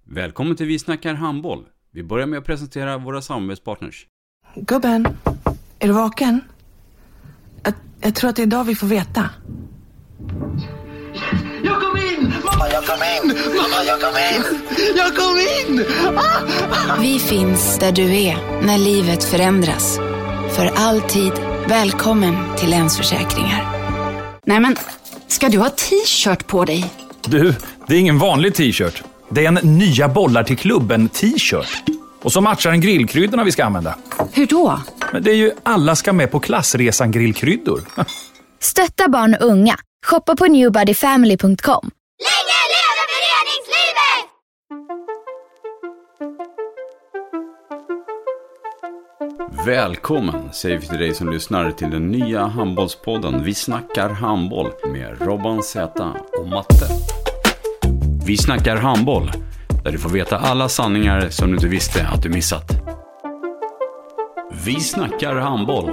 Välkommen till Vi snackar handboll. Vi börjar med att presentera våra samarbetspartners. Gubben, är du vaken? Jag tror att det är idag vi får veta. Jag kom in! Mamma, jag kom in! Mamma, jag kom in! Jag kom in! Vi finns där du är när livet förändras. För alltid välkommen till Länsförsäkringar. Nej men, ska du ha t-shirt på dig? Du, det är ingen vanlig t-shirt. Det är en nya bollar till klubben t-shirt. Och så matchar den grillkryddorna vi ska använda. Hur då? Men det är ju alla ska med på klassresan grillkryddor. Stötta barn och unga. Shoppa på newbodyfamily.com. Länge leve föreningslivet! Välkommen säger vi till dig som lyssnar till den nya handbollspodden Vi snackar handboll med Robban Z och Matte. Vi snackar handboll, där du får veta alla sanningar som du inte visste att du missat. Vi snackar handboll.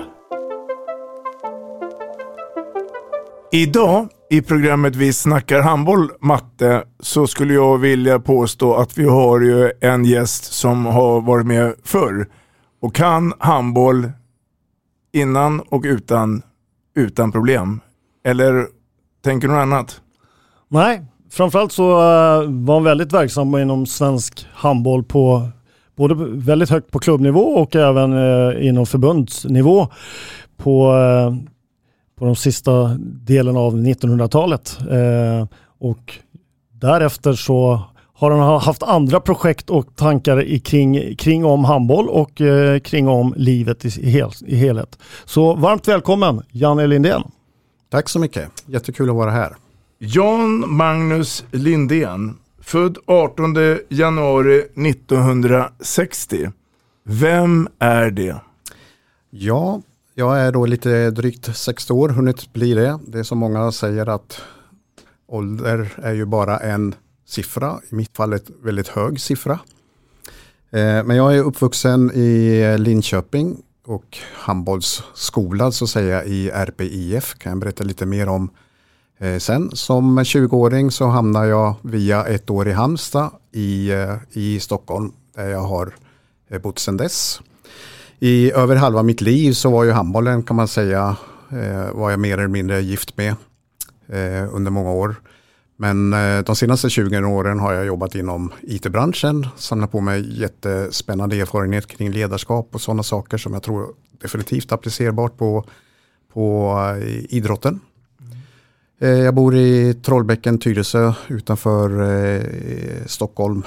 Idag i programmet Vi snackar handboll, Matte, så skulle jag vilja påstå att vi har ju en gäst som har varit med förr och kan handboll innan och utan problem. Eller tänker du något annat? Nej, framförallt så var han väldigt verksam inom svensk handboll på både väldigt högt på klubbnivå och även inom förbundsnivå på de sista delen av 1900-talet. Och därefter så har han haft andra projekt och tankar kring om handboll och kring om livet i helhet. Så varmt välkommen, Janne Lindén. Tack så mycket, jättekul att vara här. Jan Magnus Lindén, född 18 januari 1960. Vem är det? Ja, jag är då lite drygt 60 år, hunnit bli det. Det är som många säger att ålder är ju bara en siffra. I mitt fall ett väldigt hög siffra. Men jag är uppvuxen i Linköping och handbollsskolad så att säga i RPIF. Kan jag berätta lite mer om sen. Som 20-åring så hamnade jag via ett år i Halmstad i Stockholm där jag har bott sedan dess. I över halva mitt liv så var ju handbollen kan man säga var jag mer eller mindre gift med under många år. Men de senaste 20 åren har jag jobbat inom IT-branschen, samlat på mig jättespännande erfarenhet kring ledarskap och sådana saker som jag tror definitivt applicerbart på idrotten. Jag bor i Trollbäcken, Tyresö utanför Stockholm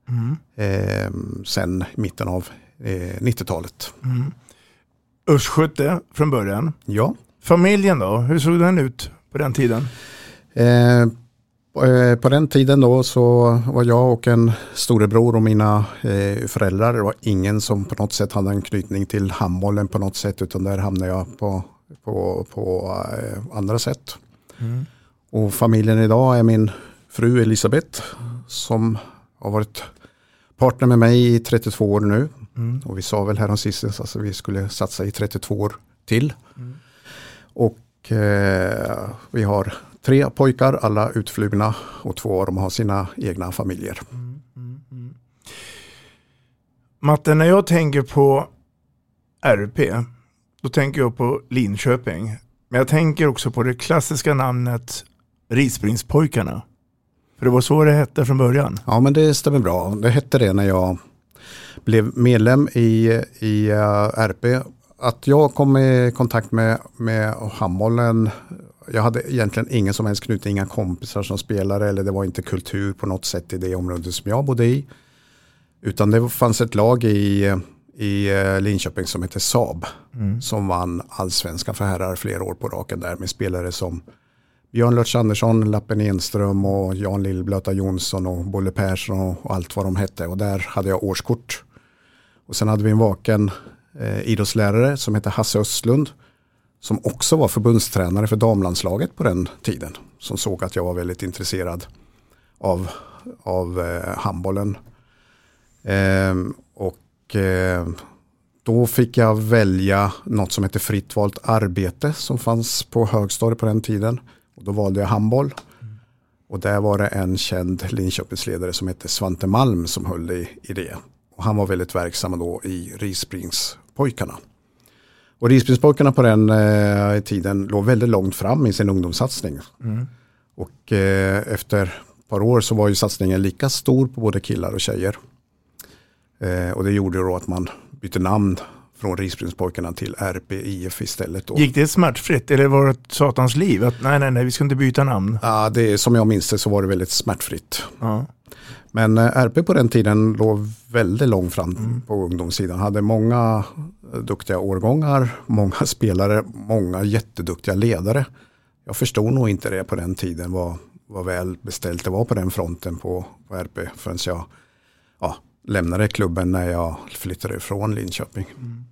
sen mitten av 90-talet. Östgöte från början. Ja. Familjen då, hur såg den ut på den tiden? På den tiden då så var jag och en storebror och mina föräldrar. Det var ingen som på något sätt hade en knytning till handbollen på något sätt, utan där hamnade jag på andra sätt. Och familjen idag är min fru Elisabeth som har varit partner med mig i 32 år nu. Och vi sa väl här om sistens att vi skulle satsa i 32 år till. Och vi har 3 pojkar, alla utflugna, och 2 av dem har sina egna familjer. Matte, när jag tänker på RP, då tänker jag på Linköping. Men jag tänker också på det klassiska namnet Risspringspojkarna. För det var så det hette från början. Ja, men det stämmer bra. Det hette det när jag blev medlem i RP. Att jag kom i kontakt med handbollen. Jag hade egentligen ingen som helst knuten, inga kompisar som spelare, eller det var inte kultur på något sätt i det området som jag bodde i. Utan det fanns ett lag i Linköping som heter Saab som vann allsvenskan för herrar flera år på raken där med spelare som Björn Lörts Andersson, Lappen Enström och Jan Lillblöta Jonsson och Bolle Persson och allt vad de hette. Och där hade jag årskort. Och sen hade vi en vaken idrottslärare som heter Hasse Östlund som också var förbundstränare för damlandslaget på den tiden. Som såg att jag var väldigt intresserad av handbollen. Då fick jag välja något som heter fritt valt arbete som fanns på högstadiet på den tiden. Och då valde jag handboll. Och där var det en känd Linköpingsledare som hette Svante Malm som höll i det. Och han var väldigt verksam då i Risspringspojkarna. Och Risspringspojkarna på den tiden låg väldigt långt fram i sin ungdomssatsning. Och efter ett par år så var ju satsningen lika stor på både killar och tjejer. Och det gjorde då att man bytte namn från Risspringspojkarna till RPIF istället. Då. Gick det smärtfritt eller var det ett satans liv? Att nej, vi ska inte byta namn. Ja, som jag minns det så var det väldigt smärtfritt. Ja. Men RP på den tiden låg väldigt långt fram på ungdomssidan. Hade många duktiga årgångar, många spelare, många jätteduktiga ledare. Jag förstod nog inte det på den tiden vad väl beställt det var på den fronten på RP förrän jag lämnade klubben när jag flyttade ifrån Linköping.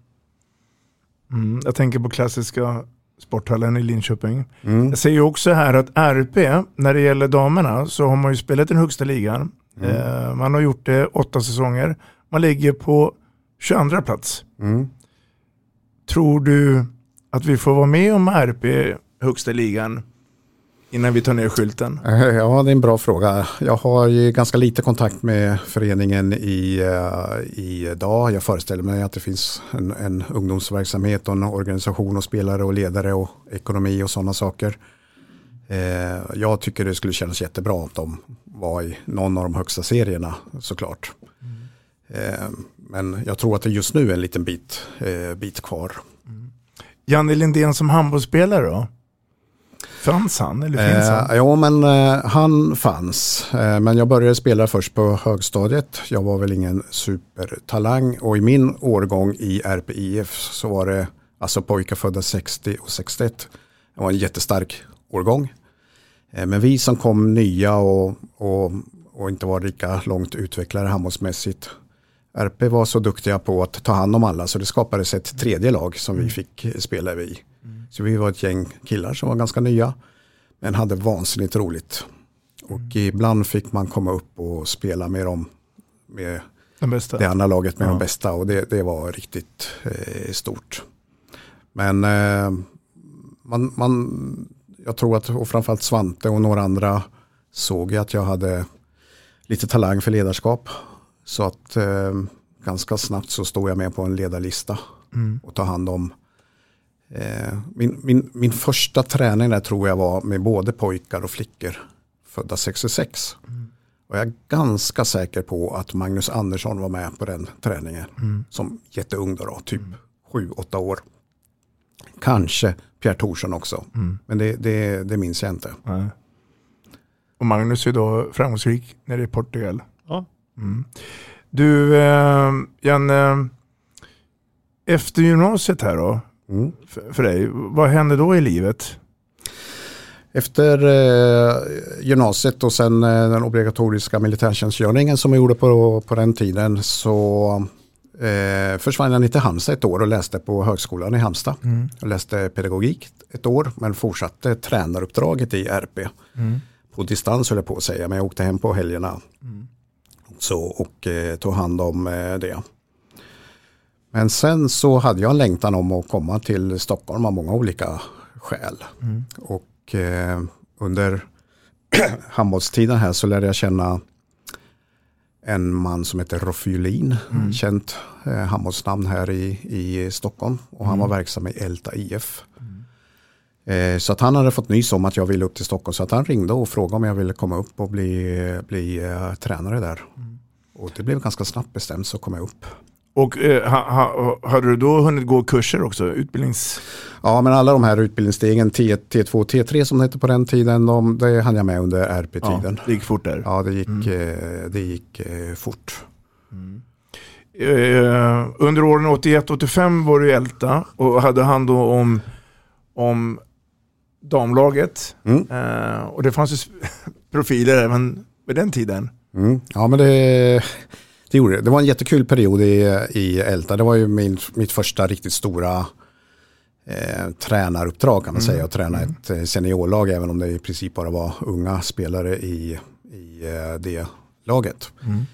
Jag tänker på klassiska sporthallen i Linköping. Jag ser ju också här att RP, när det gäller damerna, så har man ju spelat den högsta ligan. Man har gjort det 8 säsonger. Man ligger på 22 plats. Tror du att vi får vara med om RP högsta ligan innan vi tar ner skylten? Ja, det är en bra fråga. Jag har ju ganska lite kontakt med föreningen idag. Jag föreställer mig att det finns en ungdomsverksamhet och en organisation och spelare och ledare och ekonomi och sådana saker. Jag tycker det skulle kännas jättebra om de var i någon av de högsta serierna såklart. Men jag tror att det just nu är en liten bit kvar. Janne Lindén som handbollsspelare då? Fanns han eller finns han? Ja, men han fanns. Men jag började spela först på högstadiet. Jag var väl ingen supertalang. Och i min årgång i RPIF så var det alltså pojkar födda 60 och 61. Det var en jättestark årgång. Men vi som kom nya och inte var lika långt utvecklade handbollsmässigt. RP var så duktiga på att ta hand om alla så det skapades ett tredje lag som vi fick spela i. Så vi var ett gäng killar som var ganska nya men hade vansinnigt roligt. Och ibland fick man komma upp och spela med det andra laget med de bästa och det var riktigt stort. Men jag tror att och framförallt Svante och några andra såg att jag hade lite talang för ledarskap. Så att ganska snabbt så stod jag med på en ledarlista och ta hand om min första träning där tror jag var med både pojkar och flickor födda 66. Och jag är ganska säker på att Magnus Andersson var med på den träningen som jätteung då, typ 7-8 år. Kanske Pierre Thorsson också. Men det minns jag inte. Nej. Och Magnus är då framgångsrik när det är Portugal. Ja. Du, Janne, efter gymnasiet här då, för dig, vad hände då i livet? Efter gymnasiet och sen den obligatoriska militärtjänstgöringen som jag gjorde på den tiden så försvann jag till Halmstad ett år och läste på högskolan i Halmstad. Jag läste pedagogik ett år men fortsatte tränaruppdraget i RP. På distans höll jag på att säga, men jag åkte hem på helgerna och tog hand om det. Men sen så hade jag en längtan om att komma till Stockholm av många olika skäl. Och under handbollstiden här så lärde jag känna en man som heter Roffe Julin, känt handbollsnamn här i Stockholm. Och han var verksam i Älta IF. Så att han hade fått nys om att jag ville upp till Stockholm. Så att han ringde och frågade om jag ville komma upp och bli tränare där. Och det blev ganska snabbt bestämt så kom jag upp. Och hade du då hunnit gå kurser också? Ja, men alla de här utbildningsstegen, T1, T2 och T3 som det hette på den tiden, det hann jag med under RP-tiden. Ja, det gick fort där. Ja, det gick fort. Under åren 81-85 var du i Älta och hade hand om damlaget. Och det fanns ju profiler även vid den tiden. Ja, men det gjorde det. Det var en jättekul period i Älta. Det var ju mitt första riktigt stora tränaruppdrag kan man säga. Att träna ett seniorlag även om det i princip bara var unga spelare i det laget.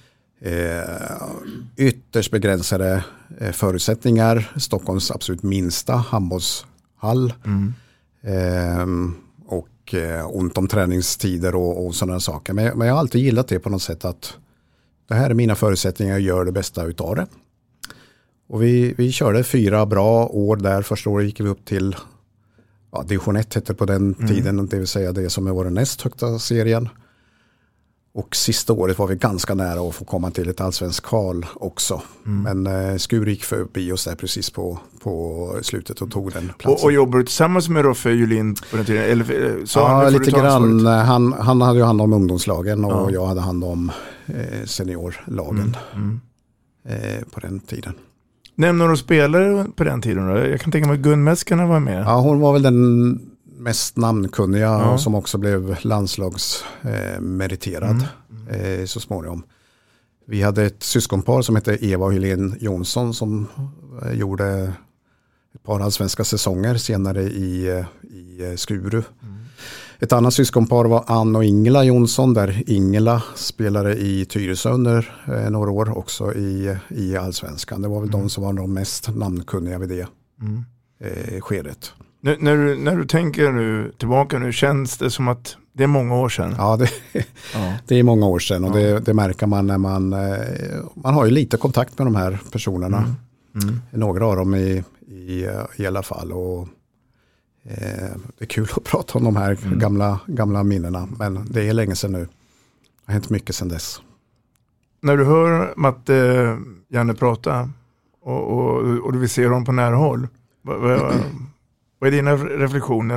Ytterst begränsade förutsättningar. Stockholms absolut minsta handbollshall. Och och ont om träningstider och sådana saker. Men jag har alltid gillat det på något sätt, att det här är mina förutsättningar, jag gör det bästa utav det. Och vi körde 4 bra år där. Första året gick vi upp till division 1 hette på den tiden, det vill säga det som är vår näst högsta serien. Och sista året var vi ganska nära att få komma till ett allsvensk kval också. Men Skur gick förbi oss där precis på slutet och tog den platsen. Och jobbar du tillsammans med Roffe Julin på den tiden? Eller, ja, lite grann. Han hade ju hand om ungdomslagen och jag hade hand om seniorlagen på den tiden. Nämn några spelare på den tiden då? Jag kan tänka mig att Gun Meskarna var med. Ja, hon var väl den mest namnkunniga och som också blev landslagsmeriterad så småningom. Vi hade ett syskonpar som hette Eva och Helene Jonsson som gjorde ett par allsvenska säsonger senare i Skuru. Ett annat syskonpar var Ann och Ingela Jonsson, där Ingela spelade i Tyresö under några år också i allsvenskan. Det var väl de som var de mest namnkunniga vid det skedet. När du tänker nu tillbaka nu, känns det som att det är många år sedan? Ja, det är många år sedan och det märker man när man har ju lite kontakt med de här personerna. Några av dem i alla fall, och det är kul att prata om de här gamla minnena, men det är länge sedan nu. Det har hänt mycket sedan dess. När du hör Matte Janne prata och du vill se dem på nära håll, vad är dina reflektioner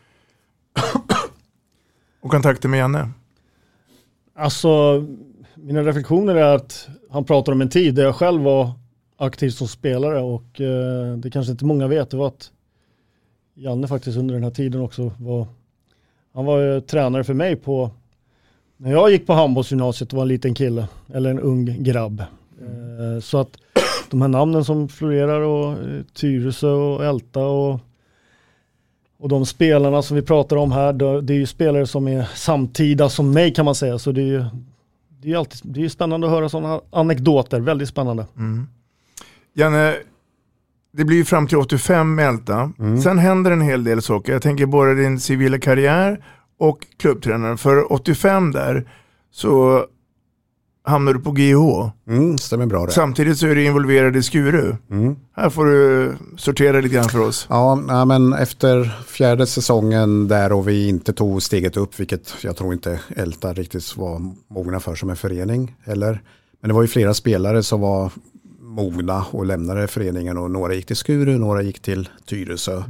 och kontakter med Janne? Alltså, mina reflektioner är att han pratar om en tid där jag själv var aktiv som spelare, och det kanske inte många vet, det var att Janne faktiskt under den här tiden också var tränare för mig när jag gick på handbollsgymnasiet och var en liten kille, eller en ung grabb. Så att de här namnen som florerar, och Tyresö och Älta och de spelarna som vi pratar om här, det är ju spelare som är samtida som mig, kan man säga. Så det är ju spännande att höra sådana anekdoter, väldigt spännande. Janne, det blir ju fram till 85 med Älta. Sen händer en hel del saker. Jag tänker både din civila karriär och klubbtränare. För 85 där så hamnar du på GH. Stämmer bra det. Samtidigt så är du involverad i Skuru. Här får du sortera lite grann för oss. Ja, men efter 4:e säsongen där och vi inte tog steget upp, vilket jag tror inte Älta riktigt var mogna för som en förening heller. Men det var ju flera spelare som var mogna och lämnade föreningen, och några gick till Skuru, några gick till Tyresö.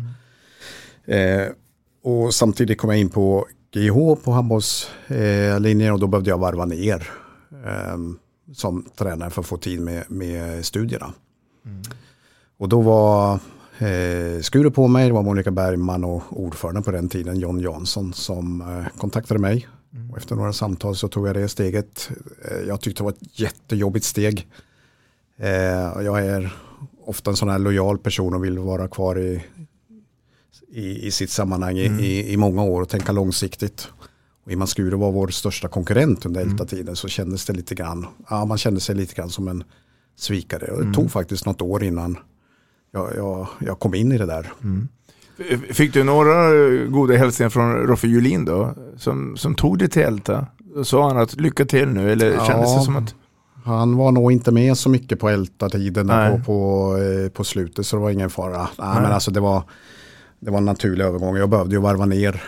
Och samtidigt kom jag in på GH på handbollslinjen, och då behövde jag varva ner som tränare för att få tid med studierna. Och då var Skuru på mig, det var Monica Bergman och ordförande på den tiden, John Jansson, som kontaktade mig. Och efter några samtal så tog jag det steget. Jag tyckte det var ett jättejobbigt steg. Jag är ofta en sån här lojal person och vill vara kvar i sitt sammanhang i många år och tänka långsiktigt. Och i och med Skuru var vår största konkurrent under Älta-tiden, så kändes det lite grann, man kände sig lite grann som en svikare. Och det tog faktiskt något år innan jag kom in i det där. Fick du några goda hälsningar från Roffe Julin då, som tog det till Älta? Sa han att lycka till nu, eller kändes det som att... Han var nog inte med så mycket på Älta-tiden på slutet, så det var ingen fara. Men alltså det var en naturlig övergång. Jag behövde ju varva ner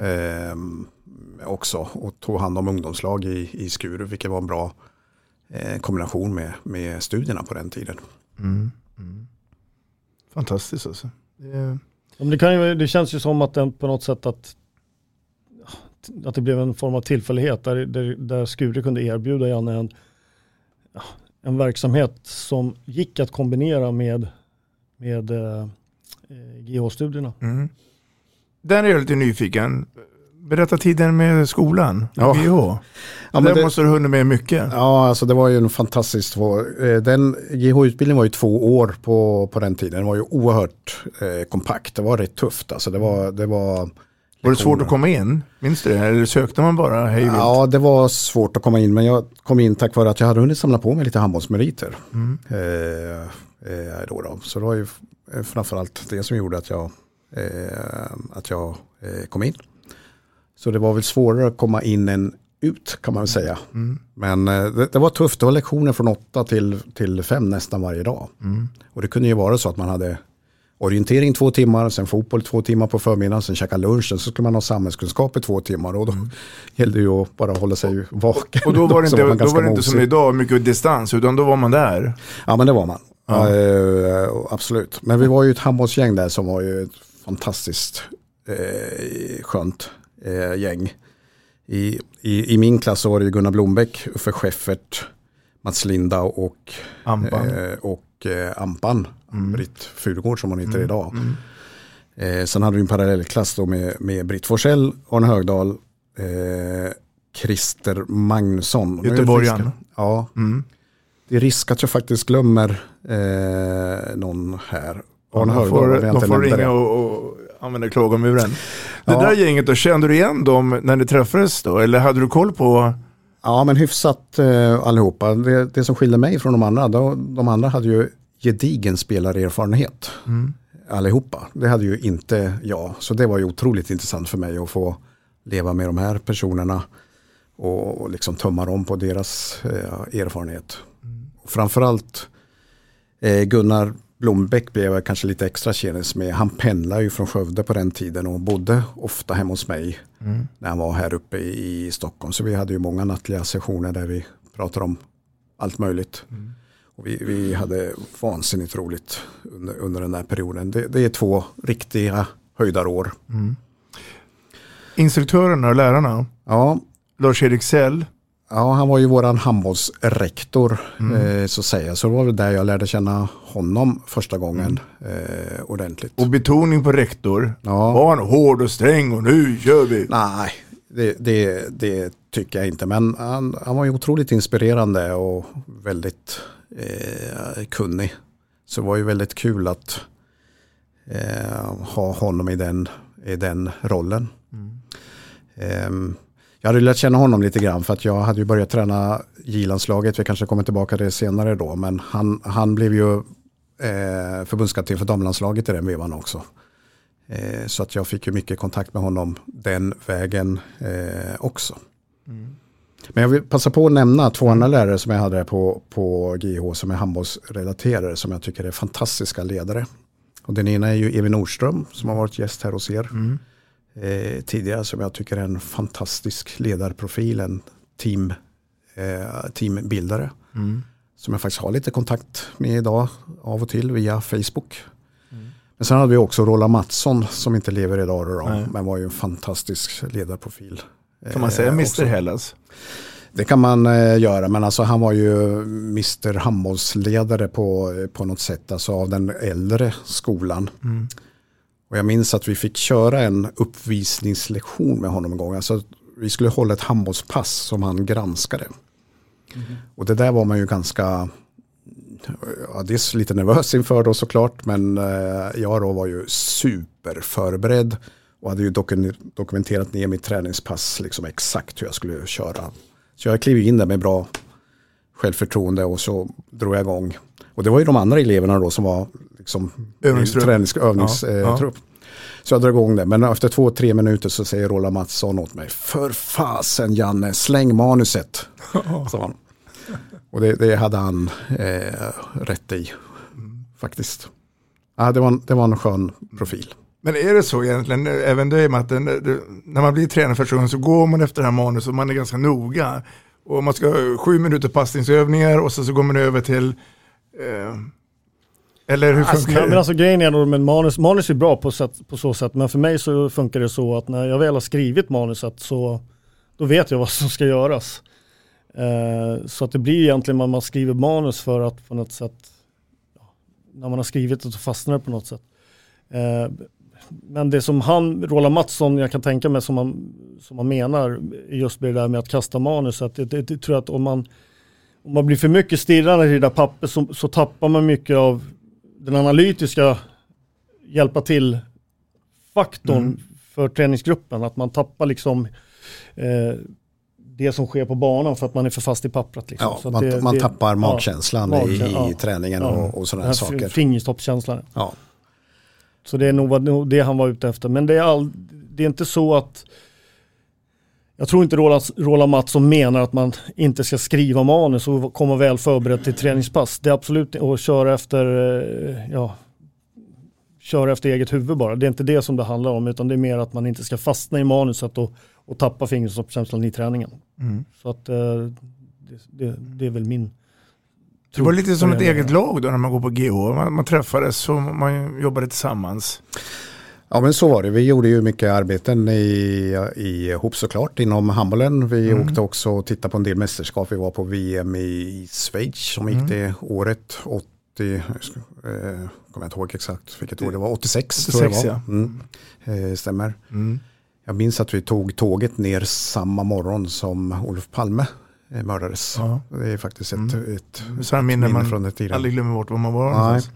också, och tog hand om ungdomslag i Skuru, vilket var en bra kombination med studierna på den tiden. Fantastiskt alltså. Det känns ju som att den på något sätt att det blev en form av tillfällighet där Skuru kunde erbjuda Janne en verksamhet som gick att kombinera med GH-studierna. Där är jag lite nyfiken. Berätta tiden med skolan. GH. Där måste du hunnit med mycket. Ja, alltså det var ju en fantastisk den GH-utbildningen var ju 2 år på den tiden. Den var ju oerhört kompakt. Det var rätt tufft. Alltså det var det svårt att komma in? Minns du det? Eller sökte man bara hejvilt? Ja, det var svårt att komma in. Men jag kom in tack vare att jag hade hunnit samla på mig lite handbollsmeriter. Då. Så det var ju framförallt det som gjorde att jag kom in. Så det var väl svårare att komma in än ut kan man väl säga. Men det var tufft. Det var lektioner från 8 till 5 nästan varje dag. Och det kunde ju vara så att man hade orientering 2 timmar, sen fotboll 2 timmar på förmiddagen, sen käka lunchen, så skulle man ha samhällskunskap i 2 timmar och då gällde det ju att bara hålla sig vaken. Och då var det inte som idag mycket distans, utan då var man där. Ja, men det var man. Ja. Absolut. Men vi var ju ett handbollsgäng där som var ju ett fantastiskt skönt gäng. I min klass så var det ju Gunnar Blombeck, Uffe Schäffert, Mats Linda och Ampan. Britt Furugård som hon heter idag. Sen hade vi en parallellklass då med Britt Forsell, Arne Högdahl, Christer Magnusson. Göteborgen. Ja. Det är risk att jag faktiskt glömmer någon här. Arne Högdahl. De får ringa och använda klagomuren. Det där gänget, då kände du igen dem när ni träffades då? Eller hade du koll på? Ja, men hyfsat allihopa. Det som skilde mig från de andra hade ju gedigen spelarerfarenhet. Allihopa. Det hade ju inte jag. Så det var ju otroligt intressant för mig att få leva med de här personerna och liksom tömma dem på deras erfarenhet. Framförallt Gunnar Blombeck blev jag kanske lite extra tjänis med. Han pendlade ju från Skövde på den tiden och bodde ofta hemma hos mig när han var här uppe i Stockholm. Så vi hade ju många nattliga sessioner där vi pratade om allt möjligt. Och vi hade vansinnigt roligt under den där perioden. Det är 2 riktiga höjdarår. Instruktörerna och lärarna? Ja. Lars-Erik Sell? Ja, han var ju våran handbollsrektor så att säga. Så det var väl där jag lärde känna honom första gången ordentligt. Och betoning på rektor? Ja. Var han hård och sträng och nu kör vi? Nej, det tycker jag inte. Men han var ju otroligt inspirerande och väldigt kunnig. Så det var ju väldigt kul att ha honom i den rollen. Jag hade lärt känna honom lite grann för att jag hade ju börjat träna J-landslaget. Vi kanske kommer tillbaka till det senare då. Men han blev ju förbundskapten för damlandslaget i den vevan också. Så att jag fick ju mycket kontakt med honom den vägen också. Men jag vill passa på att nämna 2 andra lärare som jag hade på GH som är handbollsrelaterade som jag tycker är fantastiska ledare. Och den ena är ju Evin Nordström som har varit gäst här hos er tidigare som jag tycker är en fantastisk ledarprofil, en teambildare som jag faktiskt har lite kontakt med idag av och till via Facebook. Men sen hade vi också Roland Mattsson som inte lever idag då, men var ju en fantastisk ledarprofil. Kan man säga Mr. Hellas? Det kan man göra, men alltså han var ju Mr. handbollsledare på något sätt, alltså av den äldre skolan. Och jag minns att vi fick köra en uppvisningslektion med honom en gång. Alltså vi skulle hålla ett handbollspass som han granskade. Och det där var man ju ganska, dels lite nervös inför då såklart, men jag då var ju superförberedd och hade ju dokumenterat ner mitt träningspass liksom exakt hur jag skulle köra. Så jag klev in där med bra självförtroende och så drog jag igång. Och det var ju de andra eleverna då som var liksom övningstrupp. Så jag drog igång det. Men efter 2-3 minuter så säger Roland Mattsson åt mig: för fasen Janne, släng manuset. Så han. Och det hade han rätt i faktiskt. Ja, det var en skön profil. Men är det så egentligen, även det med att när man blir tränare första gången så går man efter det här manus och man är ganska noga. Och man ska ha 7 minuter passningsövningar och så går man över till... eller hur funkar det? Men alltså grejen är då med manus är bra på så sätt, men för mig så funkar det så att när jag väl har skrivit manuset så då vet jag vad som ska göras. Så att det blir egentligen man skriver manus för att på något sätt, när man har skrivit det så fastnar det på något sätt. Men det som Roland Mattsson, jag kan tänka mig som man menar just med det där med att kasta manus, att det tror jag att om man blir för mycket stirrande i det där papper så tappar man mycket av den analytiska hjälpa till faktorn för träningsgruppen, att man tappar liksom det som sker på banan för att man är för fast i pappret liksom. Ja, så man tappar magkänslan i träningen och sådana här saker. Fingerstoppskänslan. Ja. Så det är nog det han var ute efter. Men det är inte så att Jag tror inte Roland Mattsson menar att man inte ska skriva manus och komma väl förberedd till träningspass. Det är absolut att köra efter eget huvud bara. Det är inte det som det handlar om, utan det är mer att man inte ska fastna i manuset och tappa fingertoppskänslan i träningen. Så att det är väl min tro. Det var lite som ett eget lag då när man går på GH. Man träffades och man jobbade tillsammans. Ja, men så var det. Vi gjorde ju mycket arbeten ihop såklart inom handbollen. Vi åkte också och tittade på en del mästerskap. Vi var på VM i Schweiz som gick det året 80. Kommer jag inte ihåg exakt vilket år det var. 86 tror jag det var. Ja. Stämmer. Jag minns att vi tog tåget ner samma morgon som Olof Palme mördades. Ja. Det är faktiskt ett minne från den tiden. Aldrig glömmer bort vad man var. Nej.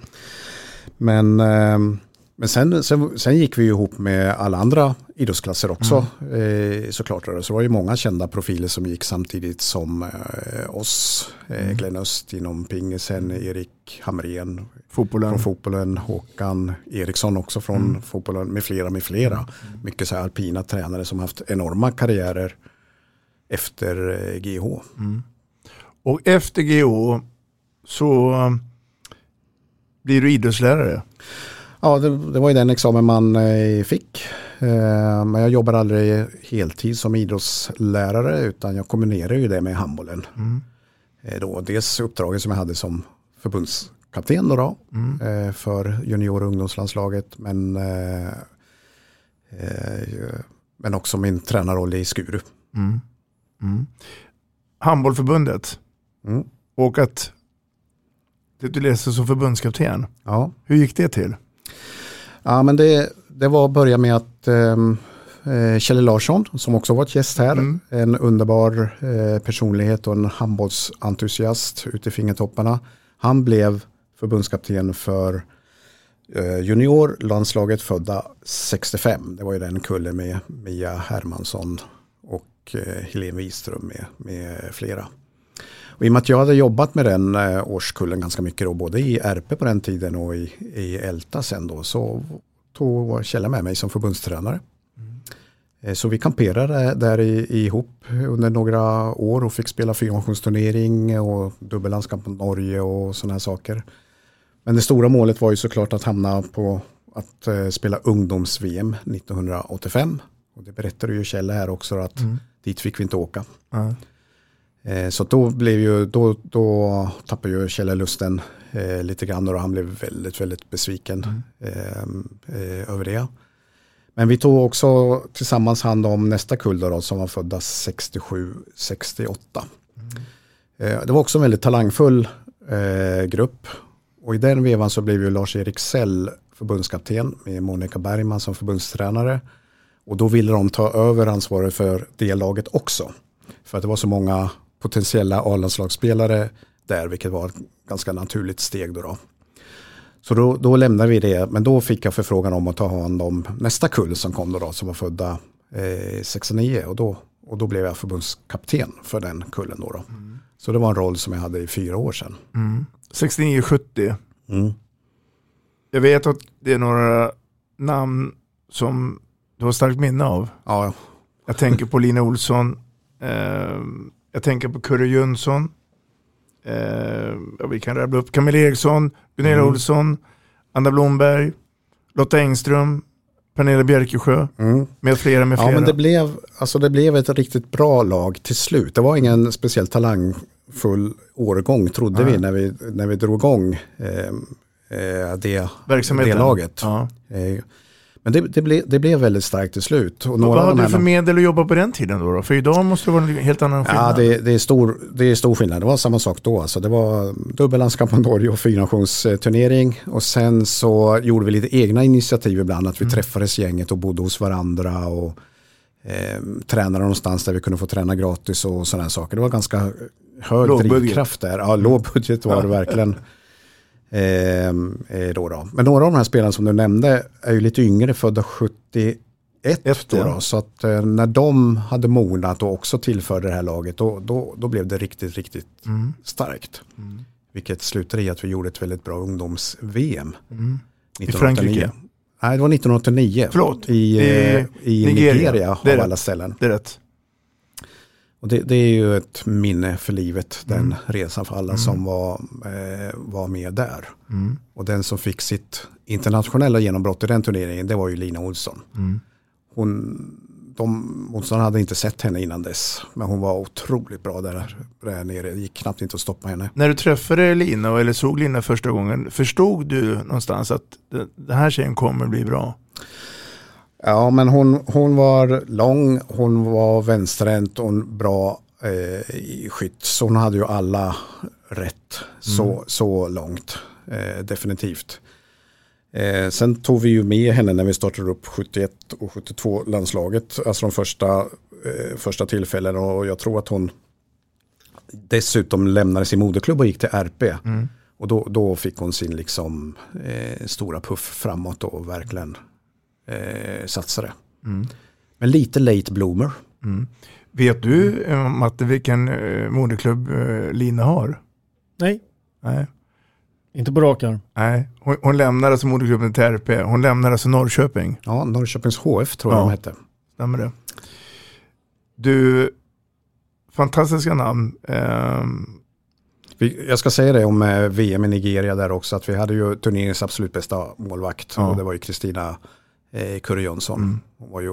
Men sen gick vi ihop med alla andra idrottsklasser också såklart. Så det var ju många kända profiler som gick samtidigt som oss. Glenn Öst inom pingisen, Erik Hamrén från fotbollen, Håkan Eriksson också från fotbollen med flera. Mycket så här alpina tränare som haft enorma karriärer efter GH. Och efter GH så blir du idrottslärare. Ja, det var ju den examen man fick. Men jag jobbar aldrig heltid som idrottslärare utan jag kombinerar ju det med handbollen. Dels uppdraget som jag hade som förbundskapten då, för junior- och ungdomslandslaget men också min tränarroll i Skuru. Handbollförbundet och att du läste som förbundskapten. Ja. Hur gick det till? Ja, men det var att börja med att Kjell Larsson, som också varit gäst här, en underbar personlighet och en handbollsentusiast ute i fingertopparna. Han blev förbundskapten för juniorlandslaget födda 65. Det var ju den kullen med Mia Hermansson och Helene Wiström med flera. Och i och med att jag hade jobbat med den årskullen ganska mycket då, både i RP på den tiden och i Älta sen då, så tog Kjell med mig som förbundstränare. Så vi kamperade där ihop under några år och fick spela 4-nationsturnering och dubbellandskamp mot Norge och sådana här saker. Men det stora målet var ju såklart att hamna på att spela ungdoms-VM 1985. Och det berättade ju Kjell här också att dit fick vi inte åka. Så då tappade ju Kjell lusten lite grann och han blev väldigt, väldigt besviken över det. Men vi tog också tillsammans hand om nästa kull då, som var födda 67-68. Det var också en väldigt talangfull grupp. Och i den vevan så blev ju Lars-Erik Sell förbundskapten med Monica Bergman som förbundstränare. Och då ville de ta över ansvaret för det laget också. För att det var så många potentiella A-landslagsspelare där, vilket var ett ganska naturligt steg då. Så då lämnade vi det, men då fick jag förfrågan om att ta hand om nästa kull som kom då som var födda 69 och då blev jag förbundskapten för den kullen då. Så det var en roll som jag hade i 4 år sedan. 69-70. Jag vet att det är några namn som du har starkt minne av. Ja. Jag tänker på Lina Olsson. Jag tänker på Kurre Jönsson. Vi kan rabbla upp Camilla Eriksson, Gunilla Olsson, Anna Blomberg, Lotta Engström, Pernilla Bjärkesjö med flera. Ja, men det blev ett riktigt bra lag till slut. Det var ingen speciellt talangfull årgång trodde vi när vi drog igång det laget. Ja. Men det blev väldigt starkt till slut. Och vad hade du för medel att jobba på den tiden då? För idag måste det vara en helt annan skillnad. Ja, det är stor skillnad. Det var samma sak då. Alltså det var dubbellandskamp mot Norge och 4-nationsturnering. Och sen så gjorde vi lite egna initiativ ibland. Att vi träffades gänget och bodde hos varandra. Och tränade någonstans där vi kunde få träna gratis och sådana saker. Det var ganska hög drivkraft där. Ja, låg budget var det verkligen. Då. Men några av de här spelarna som du nämnde är ju lite yngre, födda 71 då. Så att när de hade mognat och också tillförde det här laget då blev det riktigt, riktigt starkt. Vilket slutade i att vi gjorde ett väldigt bra ungdoms-VM 1989. Nej, det var 1989. Förlåt. I Nigeria av alla ställen. Det är rätt. Och det är ju ett minne för livet, den resan för alla som var med där. Och den som fick sitt internationella genombrott i den turneringen, det var ju Lina Olsson. Olsson hade inte sett henne innan dess, men hon var otroligt bra där nere. Det gick knappt inte att stoppa henne. När du träffade Lina eller såg Lina första gången, förstod du någonstans att den här tjejen kommer bli bra? Ja, men hon var lång, hon var vänsterhänt och bra i skytt. Så hon hade ju alla rätt så långt, definitivt. Sen tog vi ju med henne när vi startade upp 71 och 72 landslaget, alltså de första tillfällen, och jag tror att hon dessutom lämnade sin moderklubb och gick till RP. Och då fick hon sin liksom stora puff framåt och verkligen satsade. Men lite late bloomer. Vet du, Matte, vilken moderklubb Lina har? Nej. Inte på rak arm. Nej, hon lämnade alltså moderklubben till RP. Hon lämnade alltså Norrköping. Ja, Norrköpings HF tror jag de hette. Stämmer det. Du, fantastiska namn. Jag ska säga det om VM i Nigeria där också, att vi hade ju turneringens absolut bästa målvakt. Och det var ju Kristina Curry Jönsson. Hon var ju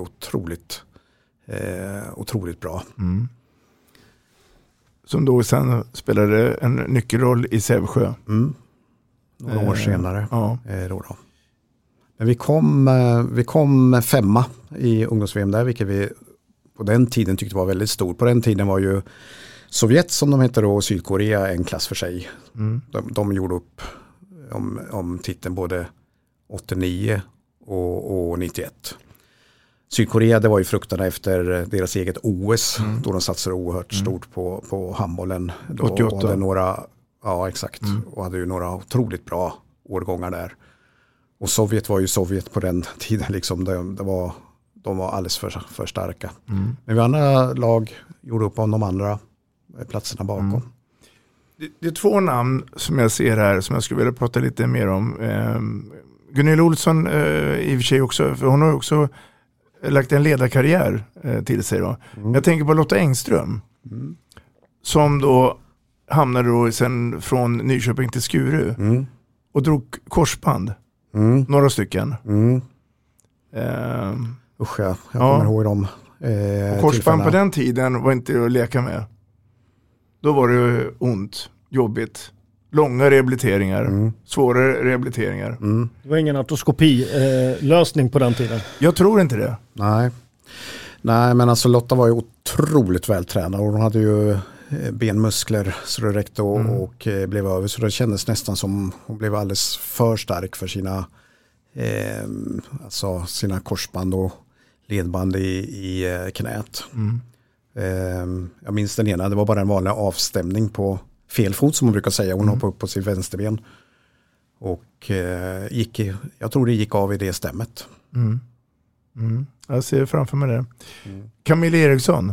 otroligt bra. Som då sen spelade en nyckelroll i Sävsjö. Några år senare. Då. Men vi kom 5 i ungdoms-VM där, vilket vi på den tiden tyckte var väldigt stort. På den tiden var ju Sovjet, som de heter då, och Sydkorea en klass för sig. De gjorde upp om titeln både 89 och 91. Sydkorea, det var ju frukterna efter deras eget OS, då de satsade oerhört stort på handbollen. 88. Hade några, ja exakt, och hade ju några otroligt bra årgångar där. Och Sovjet var ju Sovjet på den tiden, liksom, de var alldeles för starka. Men vi andra lag gjorde upp om de andra platserna bakom. Det är 2 namn som jag ser här som jag skulle vilja prata lite mer om. Gunilla Olsson i och för sig också, för hon har också lagt en ledarkarriär till sig då. Jag tänker på Lotta Engström som då hamnade då sen från Nyköping till Skuru och drog korsband. Några stycken. Usch, jag kommer ihåg dem. Och korsband på den tiden var inte att leka med. Då var det ont, jobbigt. Långa rehabiliteringar, svåra rehabiliteringar. Det var ingen artroskopi-lösning på den tiden. Jag tror inte det. Nej, men alltså Lotta var ju otroligt vältränad och hon hade ju benmuskler så det räckte och blev över. Så det kändes nästan som hon blev alldeles för stark för sina korsband och ledband i knät. Jag minns den ena, det var bara en vanlig avstämning på fel fot som man brukar säga. Hon hoppade upp på sin vänsterben och jag tror det gick av i det stämmet. Jag ser framför mig det. Camilla Eriksson.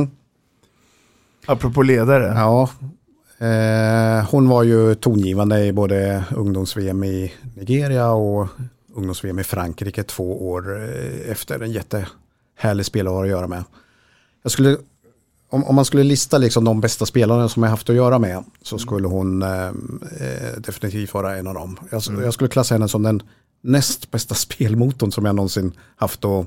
Apropå ledare. Ja, hon var ju tongivande i både ungdoms-VM i Nigeria och ungdoms-VM i Frankrike 2 år efter. En jättehärlig spelare att göra med. Om man skulle lista liksom de bästa spelarna som jag haft att göra med, så skulle hon definitivt vara en av dem. Jag skulle klassa henne som den näst bästa spelmotorn som jag någonsin haft att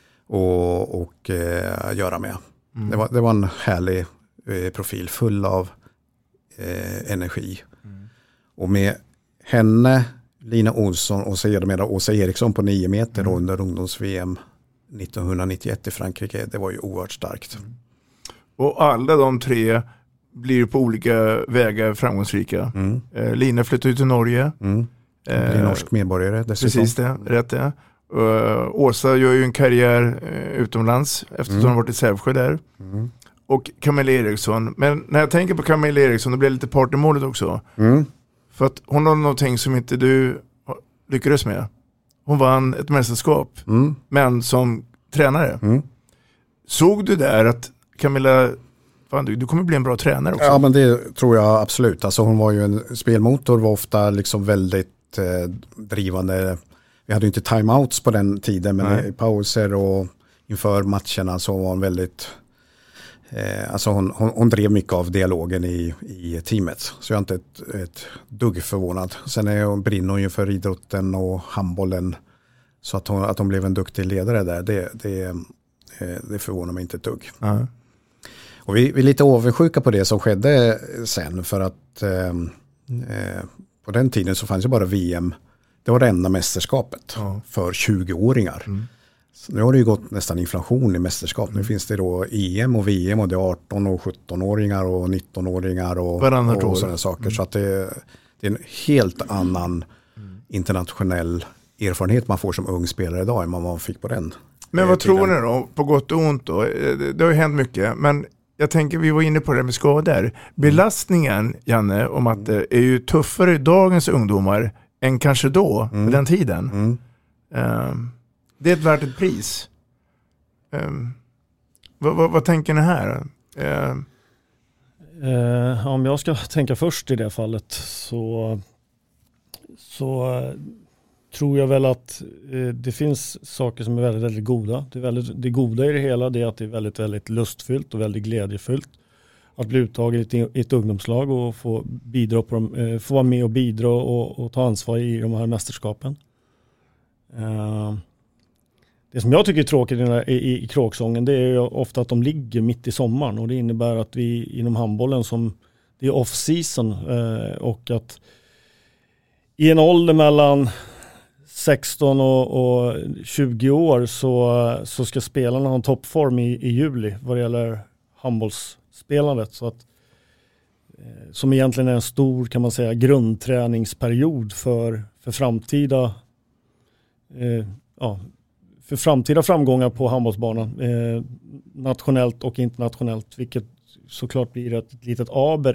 göra med. Det var en härlig profil full av energi. Och med henne, Lina Olsson och sedermera Åsa Eriksson på 9 meter under ungdoms-VM 1991 i Frankrike, det var ju oerhört starkt. Och alla de 3 blir på olika vägar framgångsrika. Lina flyttade ut till Norge. Blir norsk medborgare dessutom. Precis det, rätt det. Åsa gör ju en karriär utomlands efter att hon har varit i Sävsjö där. Och Camilla Eriksson. Men när jag tänker på Camilla Eriksson, då blir det lite partnermålet också. För att hon har någonting som inte du lyckades med. Hon vann ett mästerskap, men som tränare. Såg du där att Camilla, fan, du kommer bli en bra tränare också? Ja, men det tror jag absolut. Alltså, hon var ju en spelmotor, var ofta liksom väldigt drivande. Vi hade ju inte timeouts på den tiden, men i pauser och inför matcherna så var hon väldigt Alltså hon drev mycket av dialogen i teamet. Så jag är inte ett dugg förvånad. Sen brinner hon ju för idrotten och handbollen. Så att hon blev en duktig ledare där, det förvånar mig inte ett dugg. Mm. Och vi är lite avundsjuka på det som skedde sen. För att på den tiden så fanns ju bara VM. Det var det enda mästerskapet för 20-åringar. Mm. Nu har det ju gått nästan inflation i mästerskap. Nu finns det då EM och VM och det är 18 och 17-åringar och 19-åringar och sådana saker. Så att det är en helt annan internationell erfarenhet man får som ung spelare idag än vad man fick på den. Men vad tror ni då, på gott och ont då? Det har ju hänt mycket, men jag tänker, vi var inne på det med skador. Belastningen, Janne, om att det är ju tuffare i dagens ungdomar än kanske då, på den tiden. Det är ett värt ett pris. Vad tänker ni här? Om jag ska tänka först i det fallet så tror jag väl att det finns saker som är väldigt, väldigt goda. Det goda i det hela är att det är väldigt, väldigt lustfyllt och väldigt glädjefyllt att bli uttagen i ett ungdomslag och få vara med och bidra och ta ansvar i de här mästerskapen. Det som jag tycker är tråkigt i kråksången, det är ofta att de ligger mitt i sommaren, och det innebär att vi inom handbollen det är off-season, och att i en ålder mellan 16 och 20 år så ska spelarna ha en toppform i juli vad det gäller handbollsspelandet, så att som egentligen är en stor, kan man säga, grundträningsperiod för framtida för framtida framgångar på handbollsbanan, nationellt och internationellt, vilket såklart blir ett litet aber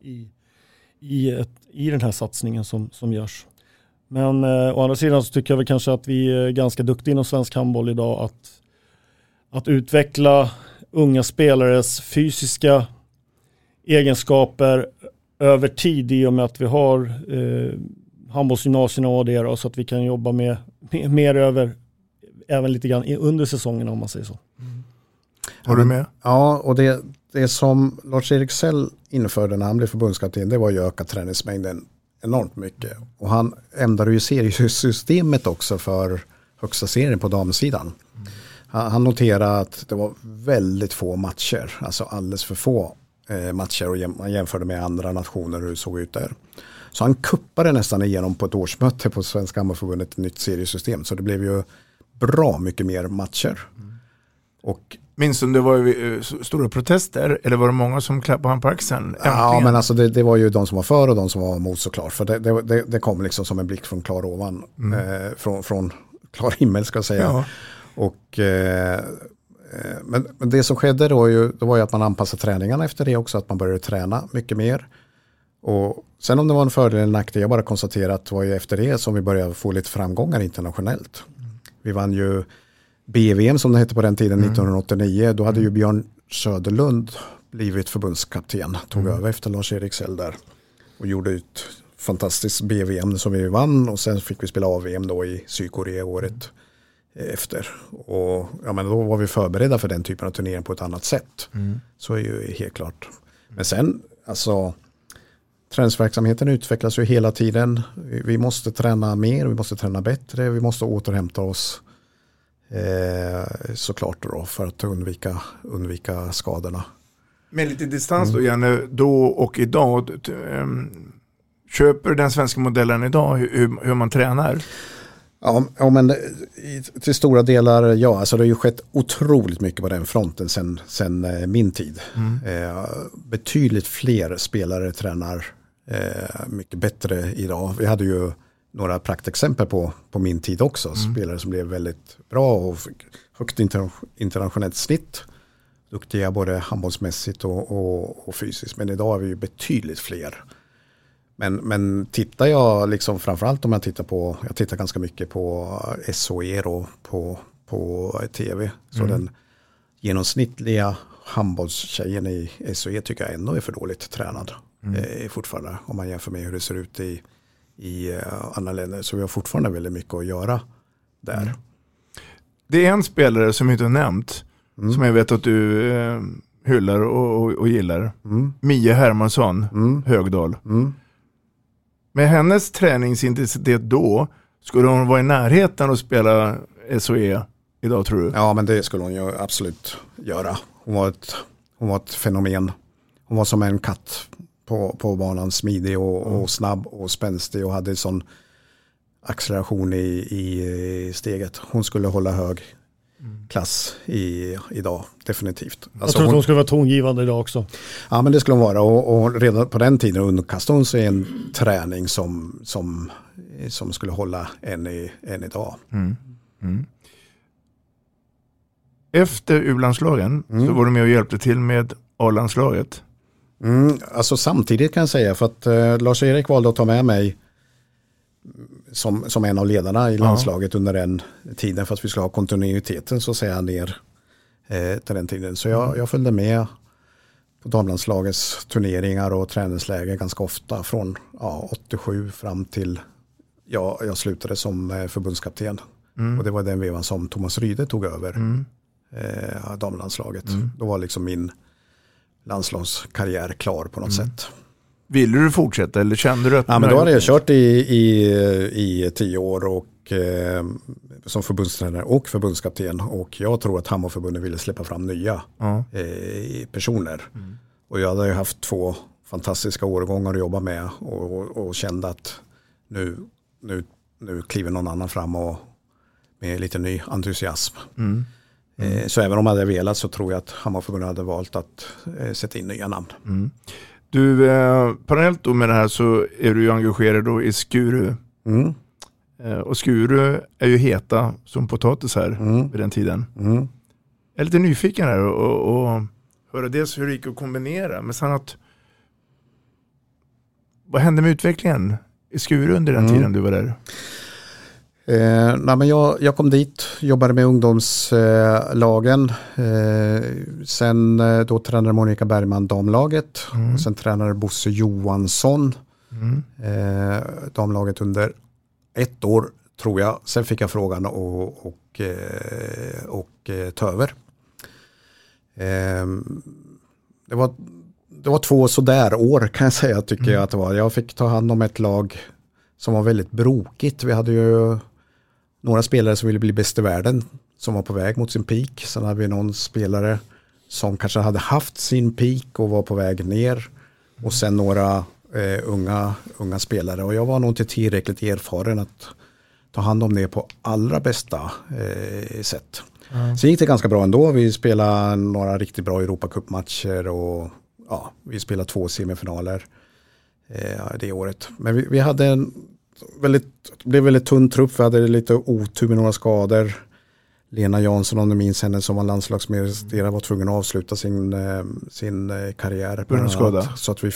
i den här satsningen som görs. Men å andra sidan så tycker jag väl kanske att vi är ganska duktiga inom svensk handboll idag att utveckla unga spelares fysiska egenskaper över tid, i och med att vi har handbollsgymnasierna och det, så att vi kan jobba med mer över även lite grann under säsongen, om man säger så. Har du med? Ja, och det som Lars-Erik Sell införde när han blev förbundskapten, det var ju öka träningsmängden enormt mycket. Och han ändrade ju seriesystemet också för högsta serien på damsidan. Han noterade att det var väldigt få matcher, alltså alldeles för få matcher, och man jämförde med andra nationer hur det såg ut där. Så han kuppade nästan igenom på ett årsmöte på Svenska handbollsförbundet ett nytt seriesystem, så det blev ju bra mycket mer matcher. Och minns du, det var ju stora protester, eller var det många som klappade han på axeln? Ja, men alltså det var ju de som var för och de som var emot, såklart. För det kom liksom som en blick från klar ovan, från klar himmel, ska jag säga. Ja. Och men det som skedde då var ju att man anpassade träningarna efter det också, att man började träna mycket mer. Och sen om det var en fördel eller nackdel, jag bara konstaterar att det var ju efter det som vi började få lite framgångar internationellt. Vi vann ju BVM, som det hette på den tiden, 1989. Då hade ju Björn Söderlund blivit förbundskapten, tog över efter Lars-Erik Sell där och gjorde ett fantastiskt BVM som vi vann, och sen fick vi spela AVM då i Sydkorea året efter. Och ja, men då var vi förberedda för den typen av turnering på ett annat sätt. Så är ju helt klart. Men sen, alltså, träningsverksamheten utvecklas ju hela tiden. Vi måste träna mer, vi måste träna bättre, vi måste återhämta oss såklart då, för att undvika skadorna. Med lite distans då, Janne, då och idag, köper den svenska modellen idag hur man tränar? Ja, men till stora delar, ja. Alltså det har ju skett otroligt mycket på den fronten sen min tid. Betydligt fler spelare tränar mycket bättre idag. Vi hade ju några praktexempel på min tid också. Spelare som blev väldigt bra och fick högt internationellt snitt. Duktiga både handbollsmässigt och fysiskt. Men idag är vi ju betydligt fler. Men tittar jag liksom, framförallt om jag tittar ganska mycket på SOE då, på tv. Så den genomsnittliga handbollstjejen i SOE tycker jag ändå är för dåligt tränad. Fortfarande, om man jämför med hur det ser ut i andra länder. Så vi har fortfarande väldigt mycket att göra där. Det är en spelare som inte har nämnt, som jag vet att du hyllar och gillar. Mia Hermansson, Högdal. Med hennes träningsintensitet då, skulle hon vara i närheten och spela SOE idag, tror du? Ja, men det skulle hon ju absolut göra. Hon var ett fenomen. Hon var som en katt på banan, smidig och snabb och spänstig och hade sån acceleration i steget. Hon skulle hålla hög klass idag, definitivt. Jag tror att hon skulle vara tongivande idag också. Ja, men det skulle hon vara. Och redan på den tiden underkastade hon sig en träning som skulle hålla än idag. Efter U-landslagen så var du med och hjälpte till med A-landslaget. Alltså samtidigt kan jag säga, för att Lars-Erik valde att ta med mig som en av ledarna i landslaget under den tiden för att vi skulle ha kontinuiteten, så säger han ner till den tiden. Så jag följde med på damlandslagets turneringar och träningsläger ganska ofta från 87 fram till jag slutade som förbundskapten. Och det var den vevan som Thomas Ryde tog över damlandslaget. Då var liksom min landslagskarriär klar på något sätt. Ville du fortsätta eller kände du att... Ja, men då hade jag kört i 10 år och som förbundstränare och förbundskapten, och jag tror att Hammarförbundet ville släppa fram nya personer. Och jag hade ju haft 2 fantastiska årgångar att jobba med och kände att nu kliver någon annan fram och med lite ny entusiasm. Så även om jag hade velat, så tror jag att Hammarförbundet hade valt att sätta in nya namn. Du, parallellt då med det här så är du ju engagerad då i Skuru. Och Skuru är ju heta som potatis här vid den tiden. Jag är lite nyfiken här och höra dels hur det gick att kombinera, men sen att vad hände med utvecklingen i Skuru under den tiden du var där? Nej, men jag kom dit, jobbade med ungdomslagen. Sen då tränade Monica Bergman damlaget. Och sen tränade Bosse Johansson damlaget under 1 år, tror jag. Sen fick jag frågan och ta över. Det var 2 sådär år, kan jag säga, tycker jag att det var. Jag fick ta hand om ett lag som var väldigt brokigt. Vi hade ju några spelare som ville bli bäst i världen, som var på väg mot sin peak. Sen hade vi någon spelare som kanske hade haft sin peak och var på väg ner. Och sen några unga spelare. Och jag var nog inte tillräckligt erfaren att ta hand om det på allra bästa sätt. Så gick det ganska bra ändå. Vi spelade några riktigt bra Europacup-matcher och vi spelade 2 semifinaler det året. Men vi hade en blev väldigt tunn trupp. Vi hade lite otur med några skador. Lena Jansson, om du minns henne, som var landslagsmästare, var tvungen att avsluta sin karriär på skada. Så att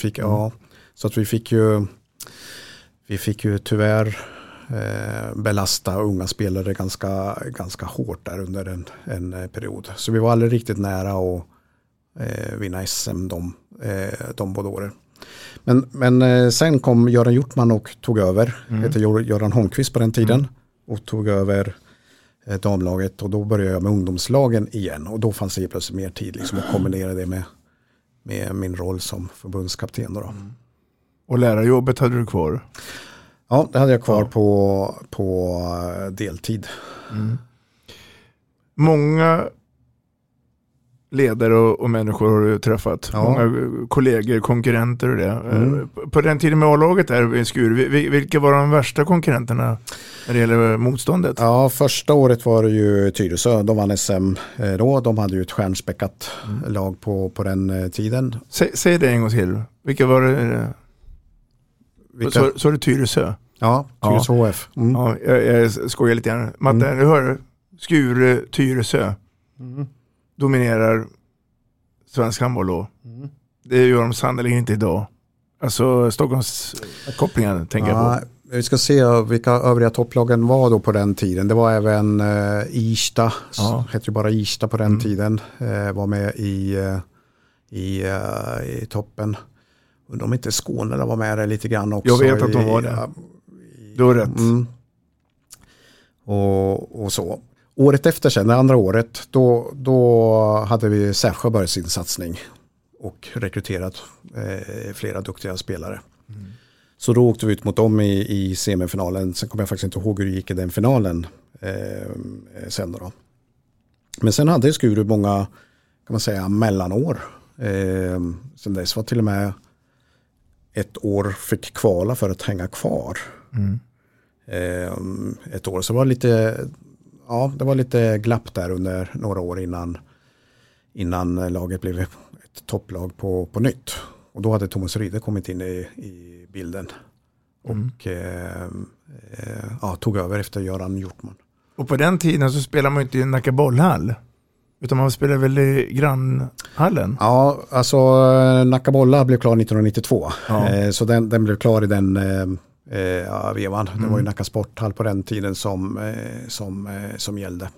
vi fick ju tyvärr belasta unga spelare ganska hårt där under en period. Så vi var aldrig riktigt nära att vinna SM de båda åren. Men sen kom Göran Hjortman och tog över. Hette Göran Holmqvist på den tiden och tog över damlaget, och då började jag med ungdomslagen igen, och då fanns det plötsligt mer tid liksom, att kombinera det med min roll som förbundskapten då. Och lärarjobbet hade du kvar? Ja, det hade jag kvar på deltid. Många ledare och människor har du träffat. Många kollegor, konkurrenter och det. På den tiden med A-laget där i Skur, vilka var de värsta konkurrenterna när det gäller motståndet? Ja, första året var det ju Tyresö. De vann SM då. De hade ju ett stjärnspäckat lag på den tiden. Säg det en gång till. Vilka var det? Så är det Tyresö? Ja, Tyresö HF. Ja, jag skojar lite grann. Matte, du hör Skure, Tyresö. Dominerar svensk handboll då. Det gör de sannolikt inte idag. Alltså Stockholms kopplingen tänker jag på. Vi ska se vilka övriga topplagen var då på den tiden. Det var även Irsta, hette ju bara Irsta på den tiden. Var med i toppen. Undrar om inte Skåne var med där lite grann också. Jag vet att de var där. Du har rätt. Och så. Året efter sen, det andra året, då hade vi Sävsjö börjat sin satsning och rekryterat flera duktiga spelare. Så då åkte vi ut mot dem i semifinalen. Sen kommer jag faktiskt inte ihåg hur det gick i den finalen sen då. Men sen hade Skuru många, kan man säga, mellanår. Sen dess var till och med ett år fick kvala för att hänga kvar. Ett år, så var det var lite glapp där under några år innan laget blev ett topplag på nytt. Och då hade Thomas Ryde kommit in i bilden och tog över efter Göran Hjortman. Och på den tiden så spelade man inte i Nacka bollhall, utan man spelade väl i grannhallen? Ja, alltså Nacka bollhall blev klar 1992. Ja. Så den blev klar i den vevan. Det var ju Nacka sporthall på den tiden som gällde.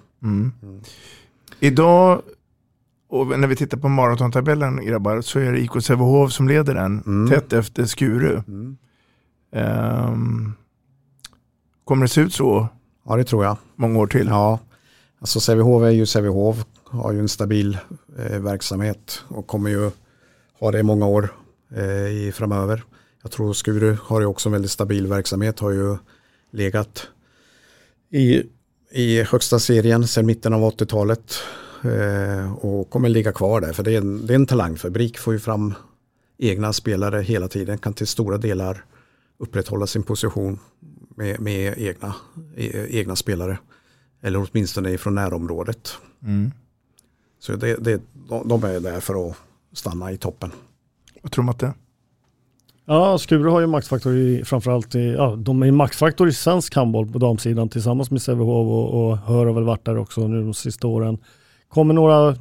Idag, och när vi tittar på maratontabellen, grabbar, så är det IK Sävehof som leder den, tätt efter Skuru. Kommer det se ut så? Ja, det tror jag. Många år till? Ja, alltså Sävehof är ju Sävehof, har ju en stabil verksamhet och kommer ju ha det i många år framöver. Jag tror Skuru har ju också en väldigt stabil verksamhet, har ju legat i högsta serien sedan mitten av 80-talet och kommer ligga kvar där, för det är en talangfabrik, får ju fram egna spelare hela tiden, kan till stora delar upprätthålla sin position med egna spelare, eller åtminstone från närområdet. Så de är där för att stanna i toppen. Vad tror man att det? Ja, Skuru har ju maktfaktor framförallt de är maktfaktor i svensk handboll på damsidan tillsammans med Sävehof och Hör har väl varit där också nu de sista åren. Kommer några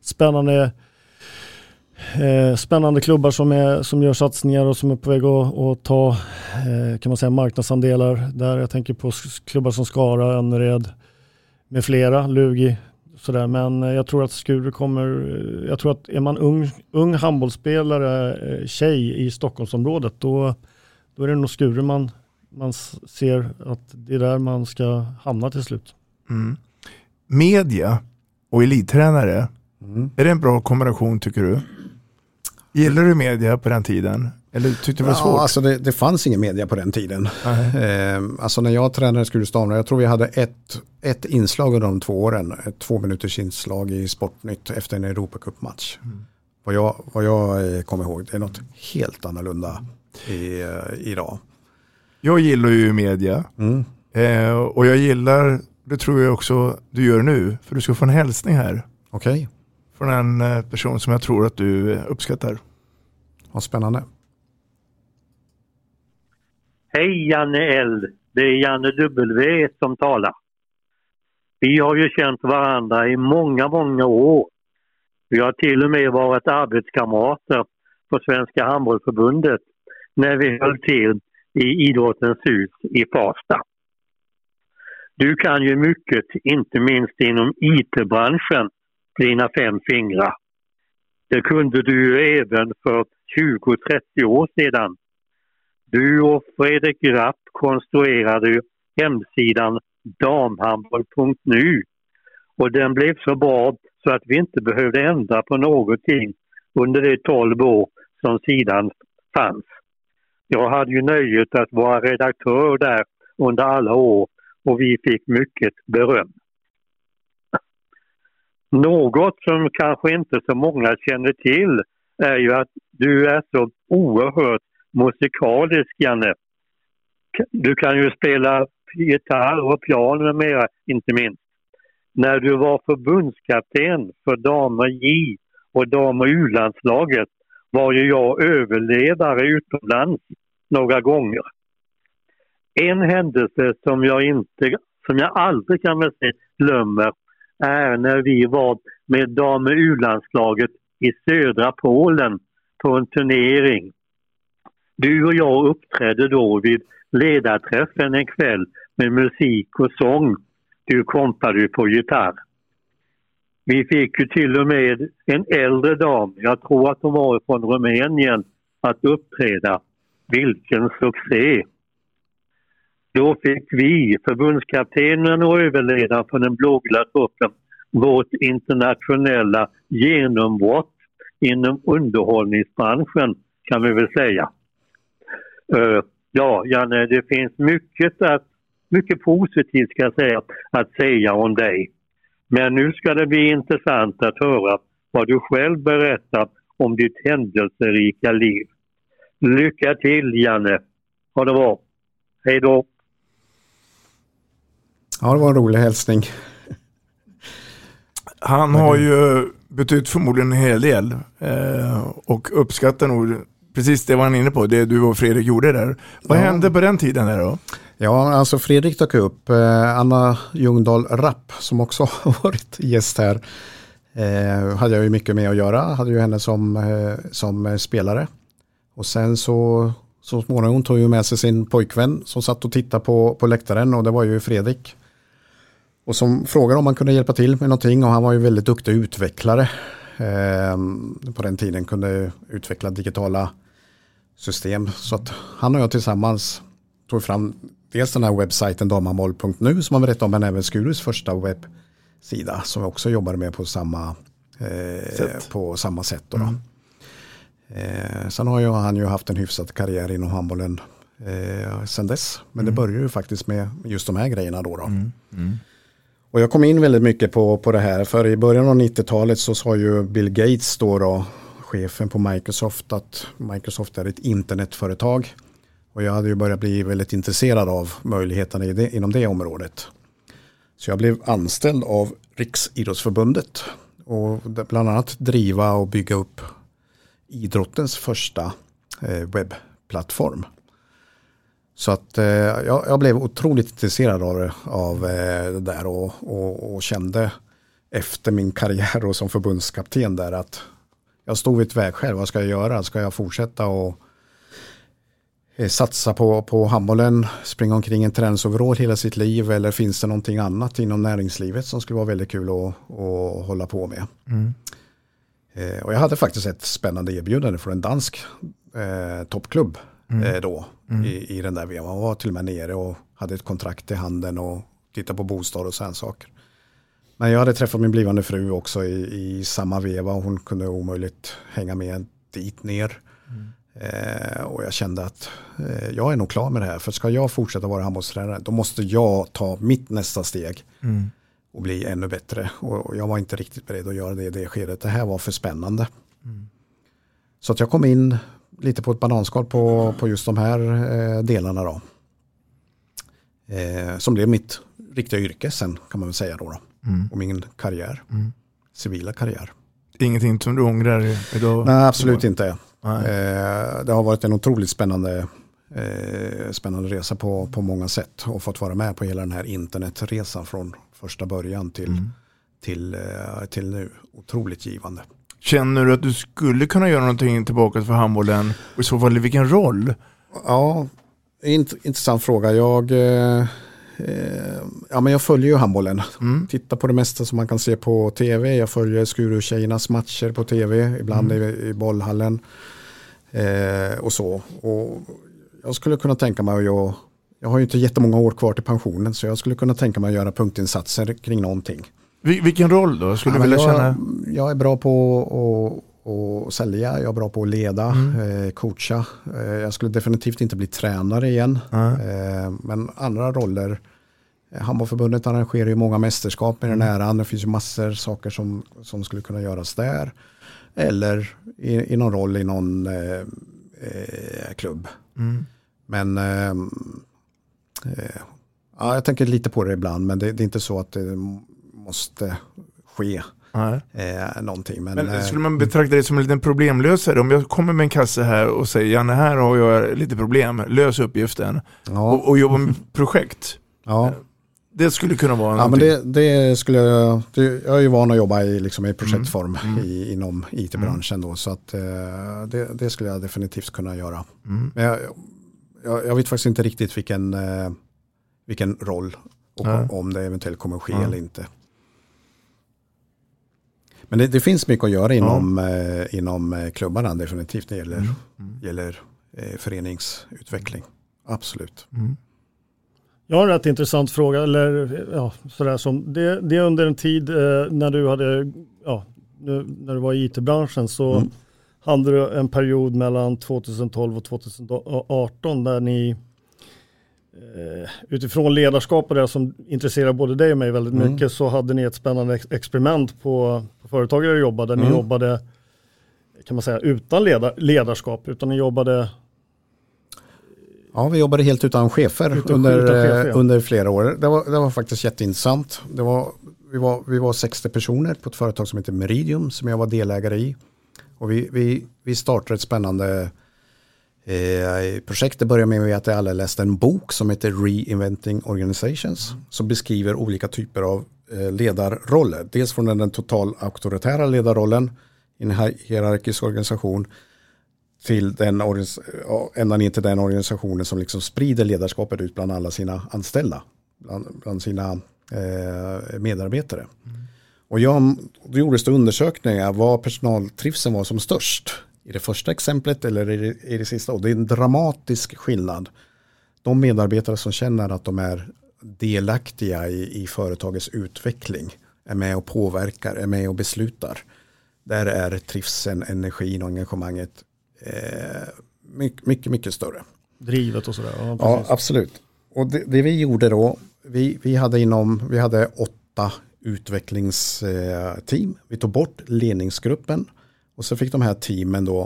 spännande klubbar som gör satsningar och som är på väg att ta kan man säga marknadsandelar där. Jag tänker på klubbar som Skara, Önnered med flera, Lugi sådär. Men jag tror att Skuru jag tror att är man ung handbollsspelare, tjej i Stockholmsområdet, då är det nog Skuru man ser att det är där man ska hamna till slut. Media och elittränare, är det en bra kombination tycker du? Gillar du media på den tiden? Eller tyckte det var svårt? Ja, alltså det fanns ingen media på den tiden. Alltså när jag tränade Skuru Stavner, jag tror vi hade ett inslag under de 2 åren. Ett 2 minuters inslag i Sportnytt efter en Europacup-match. Vad jag kommer ihåg, det är något helt annorlunda idag. Jag gillar ju media. Och jag gillar, det tror jag också du gör nu. För du ska få en hälsning här. Okej. Från en person som jag tror att du uppskattar. Vad spännande. Hej Janne L. Det är Janne W som talar. Vi har ju känt varandra i många, många år. Vi har till och med varit arbetskamrater på Svenska handbollsförbundet när vi höll till i Idrottens hus i Farsta. Du kan ju mycket, inte minst inom IT-branschen, dina 5 fingrar. Det kunde du ju även för 20-30 år sedan. Du och Fredrik Rapp konstruerade ju hemsidan damhandboll.nu och den blev så bra så att vi inte behövde ändra på någonting under de 12 år som sidan fanns. Jag hade ju nöjet att vara redaktör där under alla år och vi fick mycket beröm. Något som kanske inte så många känner till är ju att du är så oerhört musikalisk, Janne. Du kan ju spela gitarr och piano med mera, inte minst. När du var förbundskapten för damer J och damer U-landslaget var ju jag överledare utomlands några gånger. En händelse som jag aldrig kan glömma är när vi var med damer U-landslaget i södra Polen på en turnering. Du och jag uppträdde då vid ledarträffen en kväll med musik och sång. Du kompade ju på gitarr. Vi fick ju till och med en äldre dam, jag tror att hon var från Rumänien, att uppträda. Vilken succé! Då fick vi, förbundskaptenen och överledaren för den blågula truppen, vårt internationella genombrott inom underhållningsbranschen, kan vi väl säga. Ja, Janne, det finns mycket positivt ska jag säga, att säga om dig. Men nu ska det bli intressant att höra vad du själv berättar om ditt händelserika liv. Lycka till, Janne. Ha det bra. Hej då. Ja, det var en rolig hälsning. Han har ju betytt förmodligen en hel del och uppskattar nog precis det var han inne på, det du och Fredrik gjorde där. Vad hände på den tiden där då? Ja, alltså Fredrik dök upp. Anna Ljungdahl Rapp, som också har varit gäst här, hade jag ju mycket med att göra. Hade ju henne som spelare. Och sen så småningom tog ju med sig sin pojkvän som satt och tittade på läktaren, och det var ju Fredrik. Och som frågade om man kunde hjälpa till med någonting, och han var ju väldigt duktig utvecklare. På den tiden kunde utveckla digitala system. Så att han och jag tillsammans tog fram dels den här webbsajten damhandboll.nu som man berättade om, men även Skurus första webbsida som vi också jobbar med på samma sätt. Då. Sen har han ju haft en hyfsad karriär inom handbollen sen dess. Men det började ju faktiskt med just de här grejerna då. Och jag kom in väldigt mycket på det här, för i början av 90-talet så sa ju Bill Gates då, chefen på Microsoft, att Microsoft är ett internetföretag. Och jag hade ju börjat bli väldigt intresserad av möjligheterna inom det området. Så jag blev anställd av Riksidrottsförbundet och bland annat driva och bygga upp idrottens första webbplattform. Så att jag blev otroligt intresserad av det där och kände efter min karriär och som förbundskapten där att jag stod vid ett vägskäl. Vad ska jag göra? Ska jag fortsätta och satsa på handbollen, springa omkring en träningsoverall hela sitt liv, eller finns det någonting annat inom näringslivet som skulle vara väldigt kul att hålla på med? Och jag hade faktiskt ett spännande erbjudande från en dansk toppklubb i den där vevan. Jag var till och med nere och hade ett kontrakt i handen och tittade på bostad och sådana saker. Men jag hade träffat min blivande fru också i samma veva, och hon kunde omöjligt hänga med dit ner. Och jag kände att jag är nog klar med det här. För ska jag fortsätta vara handbollstränare, då måste jag ta mitt nästa steg och bli ännu bättre. Och jag var inte riktigt beredd att göra det i det skedet. Det här var för spännande. Så att jag kom in lite på ett bananskal på just de här delarna då. Som blev mitt riktiga yrke sen, kan man väl säga då. Och min karriär. Civila karriär. Ingenting som du ångrar idag? Nej, absolut inte. Det har varit en otroligt spännande resa på många sätt, och fått vara med på hela den här internetresan från första början till nu. Otroligt givande. Känner du att du skulle kunna göra någonting tillbaka för handbollen, och i så fall i vilken roll? Ja, intressant fråga. Men jag följer ju handbollen. Tittar på det mesta som man kan se på tv. Jag följer Skuru-tjejernas matcher på tv, ibland i bollhallen och så. Och jag skulle kunna tänka mig, jag har ju inte jättemånga år kvar till pensionen, så jag skulle kunna tänka mig att göra punktinsatser kring någonting. Vilken roll då? Skulle du vilja känna? Jag är bra på att sälja, jag är bra på att leda, coacha. Jag skulle definitivt inte bli tränare igen. Men andra roller. Handbollförbundet arrangerar ju många mästerskap med den äran. Det finns ju massor saker som skulle kunna göras där. Eller i någon roll i någon klubb. Men jag tänker lite på det ibland, men det är inte så att det måste ske någonting. Men skulle man betrakta det som en liten problemlösare? Om jag kommer med en kasse här och säger, Janne, här har jag lite problem, lös uppgiften och jobba med projekt. Det skulle kunna vara någonting. Men det skulle jag är ju van att jobba i projektform inom IT-branschen då, så att det skulle jag definitivt kunna göra. Men jag vet faktiskt inte riktigt vilken roll och om det eventuellt kommer att ske eller inte. Men det finns mycket att göra inom klubbarna definitivt när det gäller föreningsutveckling. Absolut. Jag har en rätt intressant fråga. Eller, sådär som, det är under en tid när du hade, när du var i IT-branschen så hade du en period mellan 2012 och 2018 där ni utifrån ledarskap och det som intresserar både dig och mig väldigt mycket så hade ni ett spännande experiment på företaget där du jobbade. Ni jobbade, kan man säga, utan ledarskap, utan ni jobbade... Ja, vi jobbade helt utan chefer under flera år. Det var faktiskt jätteintressant. Vi var 60 personer på ett företag som heter Meridium som jag var delägare i. Och vi startade ett spännande projekt. Det började med att jag alla läste en bok som heter Reinventing Organizations som beskriver olika typer av ledarroller. Dels från den total auktoritära ledarrollen i en hierarkisk organisation till ända ner till den organisationen som liksom sprider ledarskapet ut bland alla sina anställda, bland sina medarbetare. Och då gjordes det undersökningar vad personaltrivseln var som störst i det första exemplet eller i det sista. Och det är en dramatisk skillnad. De medarbetare som känner att de är delaktiga i företagets utveckling, är med och påverkar, är med och beslutar. Där är trivseln, energin och engagemanget mycket, mycket större. Drivet och sådär. Ja, absolut. Och det vi gjorde då, vi hade 8 utvecklingsteam. Vi tog bort ledningsgruppen och så fick de här teamen då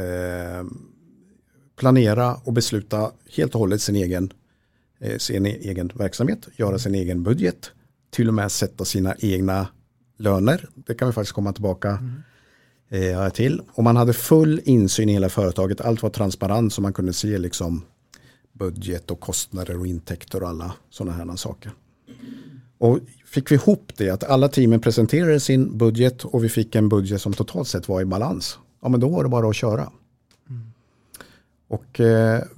planera och besluta helt och hållet sin egen verksamhet, göra sin egen budget, till och med sätta sina egna löner. Det kan vi faktiskt komma tillbaka till. Och man hade full insyn i hela företaget. Allt var transparent så man kunde se liksom budget och kostnader och intäkter och alla sådana här saker. Och fick vi ihop det att alla teamen presenterade sin budget och vi fick en budget som totalt sett var i balans. Ja, men då var det bara att köra. Och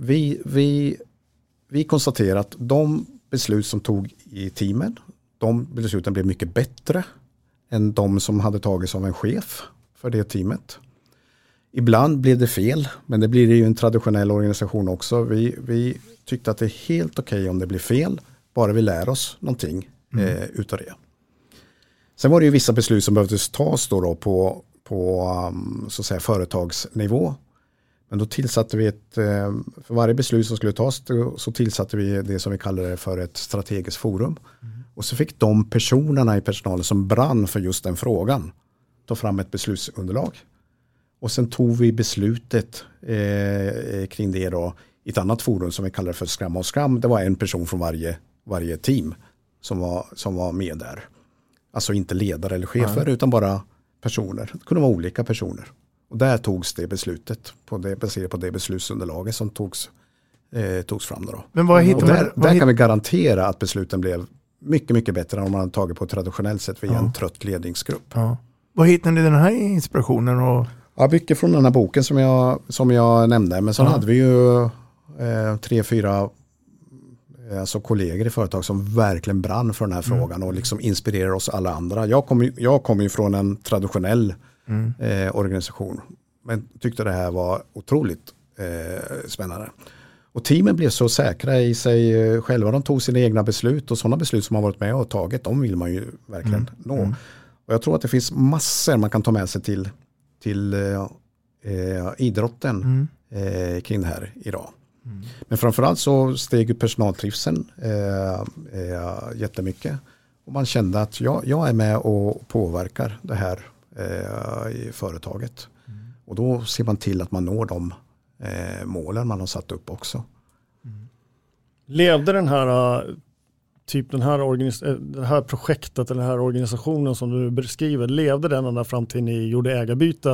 vi konstaterar att de beslut som tog i teamen, de besluten blev mycket bättre än de som hade tagits av en chef för det teamet. Ibland blev det fel, men det blir det ju en traditionell organisation också. Vi tyckte att det är helt okej om det blir fel, bara vi lär oss någonting utav det. Sen var det ju vissa beslut som behövdes tas då på så att säga företagsnivå. Men då tillsatte vi för varje beslut som skulle tas så tillsatte vi det som vi kallade för ett strategiskt forum. Och så fick de personerna i personalen som brann för just den frågan ta fram ett beslutsunderlag. Och sen tog vi beslutet kring det då i ett annat forum som vi kallade för Scrum och Scrum. Det var en person från varje team som var med där. Alltså inte ledare eller chefer utan bara personer. Det kunde vara olika personer. Och där togs det beslutet baserat på det beslutsunderlaget som togs fram då. Men där kan vi garantera att besluten blev mycket, mycket bättre än om man hade tagit på ett traditionellt sätt via en trött ledningsgrupp. Ja. Var hittade ni den här inspirationen? Ja, mycket från den här boken som jag nämnde. Men så hade vi ju 3-4 alltså kollegor i företag som verkligen brann för den här frågan och liksom inspirerar oss alla andra. Jag kom ju från en traditionell organisation men tyckte det här var otroligt spännande. Och teamen blev så säkra i sig själva. De tog sina egna beslut och sådana beslut som man varit med och tagit, de vill man ju verkligen nå. Och jag tror att det finns massor man kan ta med sig till idrotten kring det här idag. Men framförallt så steg ju personaltrivseln jättemycket. Och man kände att jag är med och påverkar det här i företaget. Och då ser man till att man når de målen man har satt upp också. Levde det här projektet eller den här organisationen som du beskriver, levde den ända fram till ni gjorde ägarbyte?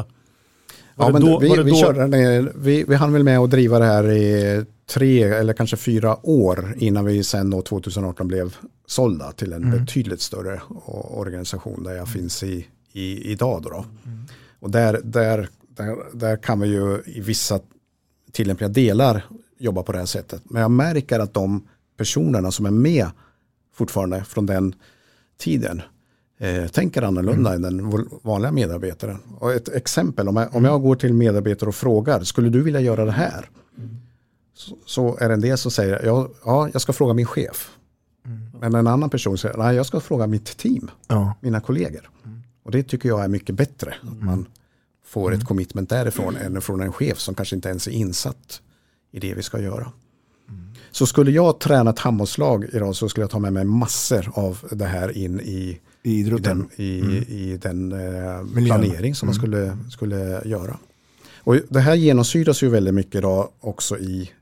Vi hann väl med att driva det här i 3 eller kanske 4 år innan vi sen då 2018 blev sålda till en betydligt större organisation där jag finns idag då. Och där kan vi ju i vissa tillämpliga delar jobba på det här sättet. Men jag märker att de personerna som är med fortfarande från den tiden tänker annorlunda än den vanliga medarbetaren. Och ett exempel, om jag går till medarbetare och frågar, skulle du vilja göra det här? så är det en del som säger jag ska fråga min chef. Men en annan person säger nej, jag ska fråga mitt team, mina kollegor. Och det tycker jag är mycket bättre. Att man får ett commitment därifrån än från en chef som kanske inte ens är insatt i det vi ska göra. Så skulle jag träna ett handbollslag idag så skulle jag ta med mig massor av det här in i idrotten. I den planering som man skulle göra. Och det här genomsyras ju väldigt mycket idag också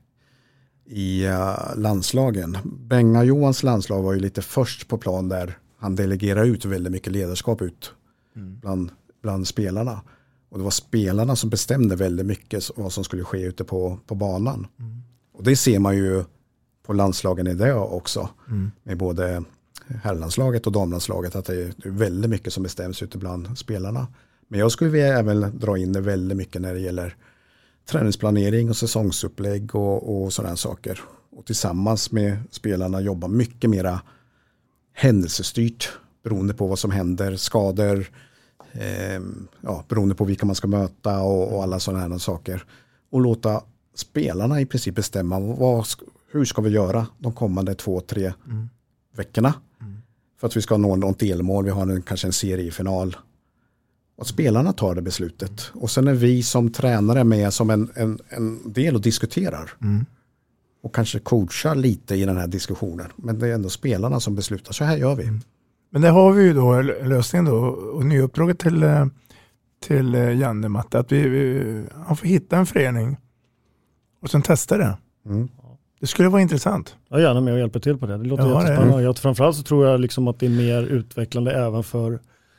i landslagen. Benga Johans landslag var ju lite först på plan där han delegerade ut väldigt mycket ledarskap ut bland spelarna. Och det var spelarna som bestämde väldigt mycket vad som skulle ske ute på banan. Och det ser man ju på landslagen idag också. Med både herrlandslaget och damlandslaget att det är väldigt mycket som bestäms ute bland spelarna. Men jag skulle vilja även dra in det väldigt mycket när det gäller träningsplanering och säsongsupplägg och sådana saker. Och tillsammans med spelarna jobba mycket mera händelsestyrt beroende på vad som händer, skador, beroende på vilka man ska möta och alla sådana här saker. Och låta spelarna i princip bestämma hur ska vi göra de kommande 2-3 veckorna. För att vi ska nå något delmål, vi har kanske en seriefinal. Och spelarna tar det beslutet. Och sen är vi som tränare med som en del och diskuterar. Och kanske coachar lite i den här diskussionen. Men det är ändå spelarna som beslutar, så här gör vi. Men det har vi ju då lösningen då. Och nyuppdraget till Janne Matte. Att han får hitta en förening. Och sen testa det. Det skulle vara intressant. Jag är gärna med och hjälper till på det. Det låter jättespännande. Framförallt så tror jag liksom att det är mer utvecklande även för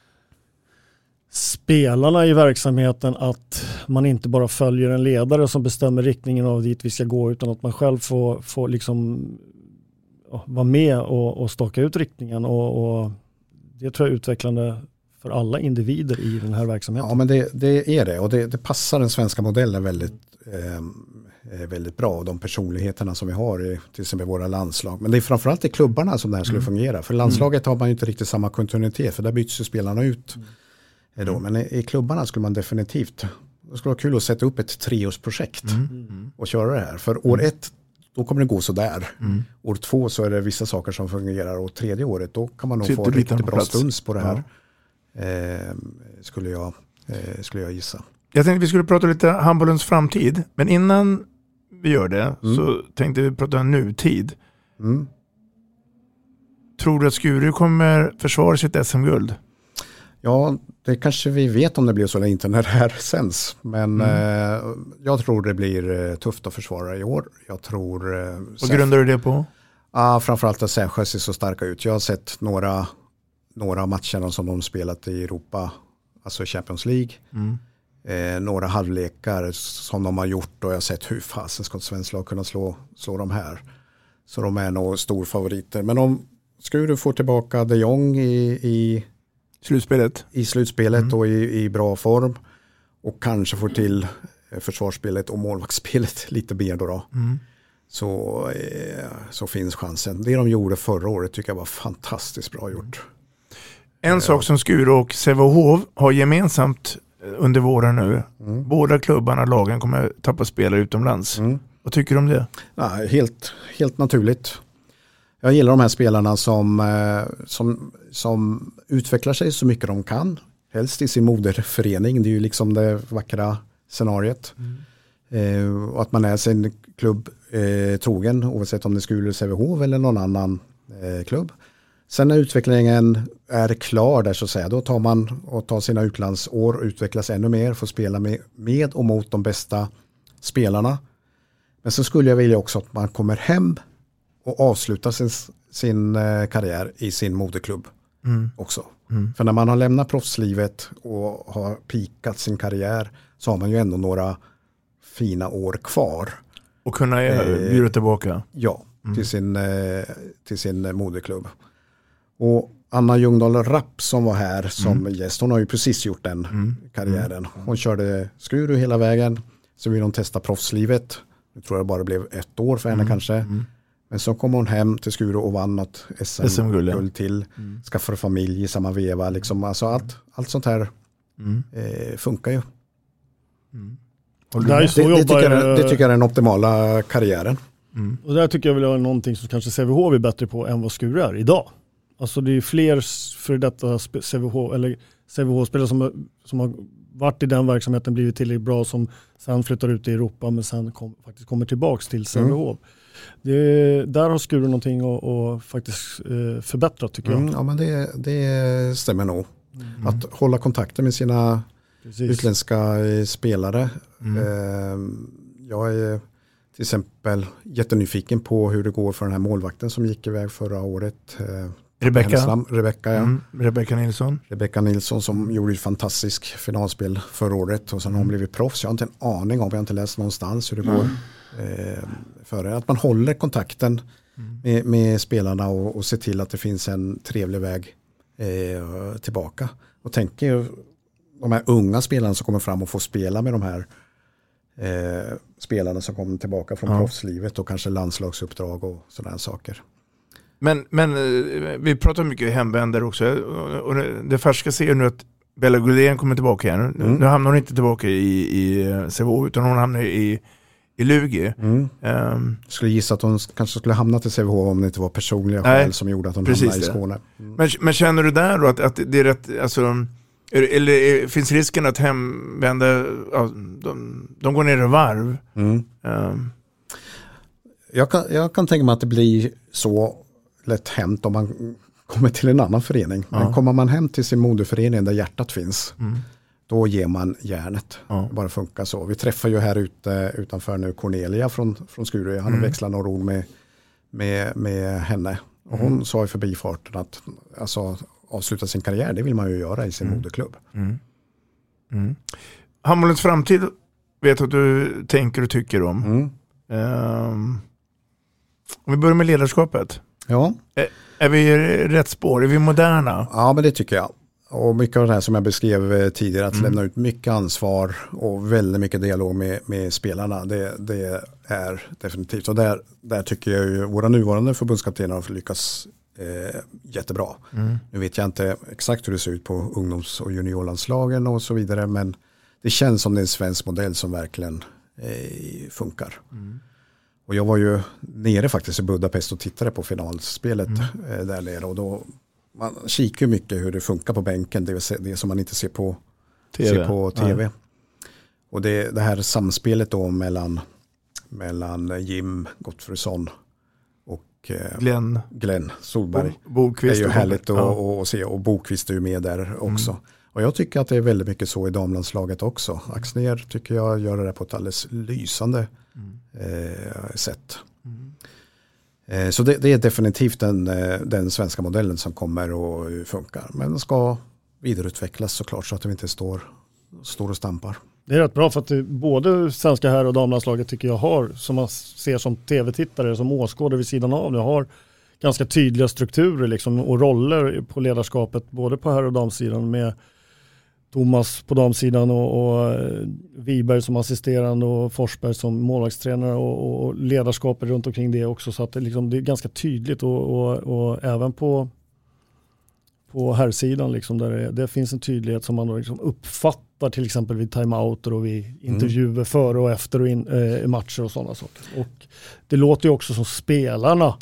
spelarna i verksamheten, att man inte bara följer en ledare som bestämmer riktningen av dit vi ska gå, utan att man själv får liksom vara med och staka ut riktningen och det tror jag är utvecklande för alla individer i den här verksamheten. Ja, men det är det och det passar den svenska modellen väldigt bra, och de personligheterna som vi har i till exempel våra landslag. Men det är framförallt i klubbarna som det här skulle fungera. För landslaget har man ju inte riktigt samma kontinuitet, för där byts ju spelarna ut. Men i klubbarna skulle man definitivt, det skulle vara kul att sätta upp ett 3-årsprojekt och köra det här. För år 1, då kommer det gå så där. År 2 så är det vissa saker som fungerar, och 3:e året då kan man nog få riktigt bra stunds på det här. Skulle jag gissa. Jag tänkte vi skulle prata lite handbollens framtid, men innan vi gör det så tänkte vi prata om nutid. Tror du att Skuru kommer försvara sitt SM-guld? Ja, det kanske vi vet om det blir så eller inte när det här sänds. Men jag tror det blir tufft att försvara i år. Jag tror... Vad grundar du det på? Framförallt att Sävsjö ser så starka ut. Jag har sett några matcher som de spelat i Europa, alltså Champions League. Några halvlekar som de har gjort, och jag har sett hur fasen ska ett svenskt lag kunna slå de här. Så de är nog stor favoriter. Men om Skuru får tillbaka De Jong i slutspelet och i bra form, och kanske får till försvarsspelet och målvaktsspelet lite mer då. Så finns chansen. Det de gjorde förra året tycker jag var fantastiskt bra gjort. En sak som Skuru och Sävehof har gemensamt under våren nu. Båda klubbarna, lagen kommer tappa spelare utomlands. Vad tycker du om det? Ja, helt naturligt. Jag gillar de här spelarna som utvecklar sig så mycket de kan. Helst i sin moderförening. Det är ju liksom det vackra scenariet. Och att man är sin klubb trogen, oavsett om det skulle Sävehof eller någon annan klubb. Sen när utvecklingen är klar där, så att säga, då tar man och tar sina utlandsår och utvecklas ännu mer, får spela med och mot de bästa spelarna. Men så skulle jag vilja också att man kommer hem och avslutar sin karriär i sin moderklubb också. För när man har lämnat proffslivet och har pikat sin karriär, så har man ju ändå några fina år kvar. Och kunna bjuda tillbaka? Ja, till sin moderklubb. Och Anna Ljungdahl Rapp som var här som gäst, hon har ju precis gjort den karriären. Hon körde Skuru hela vägen, så vill hon testa proffslivet. Jag tror det bara blev 1 år för henne kanske. Men så kom hon hem till Skuru och vann något SM-guld till. Skaffade familj i samma veva. Liksom. Alltså allt sånt här funkar ju. Det tycker jag är den optimala karriären. Och där tycker jag väl är någonting som kanske Sävehof är bättre på än vad Skuru är idag. Alltså det är fler för detta Sävehof-spelare som har varit i den verksamheten, blivit tillräckligt bra, som sen flyttar ut i Europa men sen faktiskt kommer tillbaks till Sävehof. Där har Skuru någonting att faktiskt förbättra, tycker jag. Ja, men det stämmer nog. Att hålla kontakten med sina utländska spelare. Jag är till exempel jättenyfiken på hur det går för den här målvakten som gick iväg förra året. Rebecca Nilsson. Rebecca Nilsson som gjorde ett fantastiskt finalspel förra året och sen har hon blivit proffs. Jag har inte en aning om, jag har inte läst någonstans hur det går. Att man håller kontakten med spelarna och ser till att det finns en trevlig väg tillbaka. Och tänker de här unga spelarna som kommer fram och får spela med de här spelarna som kommer tillbaka från proffslivet och kanske landslagsuppdrag och sådana saker. Men vi pratar mycket hemvändare också, och det färska ser nu att Bella Gullén kommer tillbaka igen. Nu hamnar hon inte tillbaka i Sävehof utan hon hamnar i Lugi. Skulle gissa att hon kanske skulle hamna till Sävehof om det inte var personliga skäl som gjorde att hon hamnade i Skåne. Men känner du där då att det är rätt, alltså, eller finns risken att hemvända, de går ner i varv? Jag kan tänka mig att det blir så lätt hänt om man kommer till en annan förening. Men kommer man hem till sin moderförening där hjärtat finns, då ger man järnet. Det bara funkar så. Vi träffar ju här utanför nu Cornelia från Skuru. Jag hade växlat några ord med henne. Och hon sa i förbifarten att alltså, avsluta sin karriär, det vill man ju göra i sin moderklubb. Handbollens framtid vet att du tänker och tycker om. Om vi börjar med ledarskapet. Ja. Är vi i rätt spår? Är vi moderna? Ja, men det tycker jag. Och mycket av det här som jag beskrev tidigare, att lämna ut mycket ansvar och väldigt mycket dialog med spelarna, det är definitivt. Och där tycker jag ju våra nuvarande förbundskaptener har lyckats jättebra. Nu vet jag inte exakt hur det ser ut på ungdoms- och juniorlandslagen och så vidare, men det känns som det är en svensk modell som verkligen funkar. Och jag var ju nere faktiskt i Budapest och tittade på finalspelet där nere, och då man kikar ju mycket hur det funkar på bänken, det som man inte ser på TV. Och det här samspelet då mellan Jim Gottfridsson och Glenn Solberg är ju härligt att se, och Bokvist är ju med där också. Och jag tycker att det är väldigt mycket så i damlandslaget också. Axner tycker jag gör det där på ett alldeles lysande sätt. Så det är definitivt den svenska modellen som kommer att funka. Men den ska vidareutvecklas såklart, så att de inte står och stampar. Det är rätt bra, för att både svenska här och damlandslaget tycker jag har, som man ser som tv-tittare, som åskådare vid sidan av det, har ganska tydliga strukturer liksom, och roller på ledarskapet, både på här och damsidan, med Thomas på damsidan och Wiberg som assisterande och Forsberg som målvaktstränare och ledarskapet runt omkring det också, så att det är ganska tydligt och även på herrsidan liksom, där det finns en tydlighet som man då liksom uppfattar till exempel vid timeouter och vid intervjuer före och efter och matcher och sådana saker. Och det låter ju också som spelarna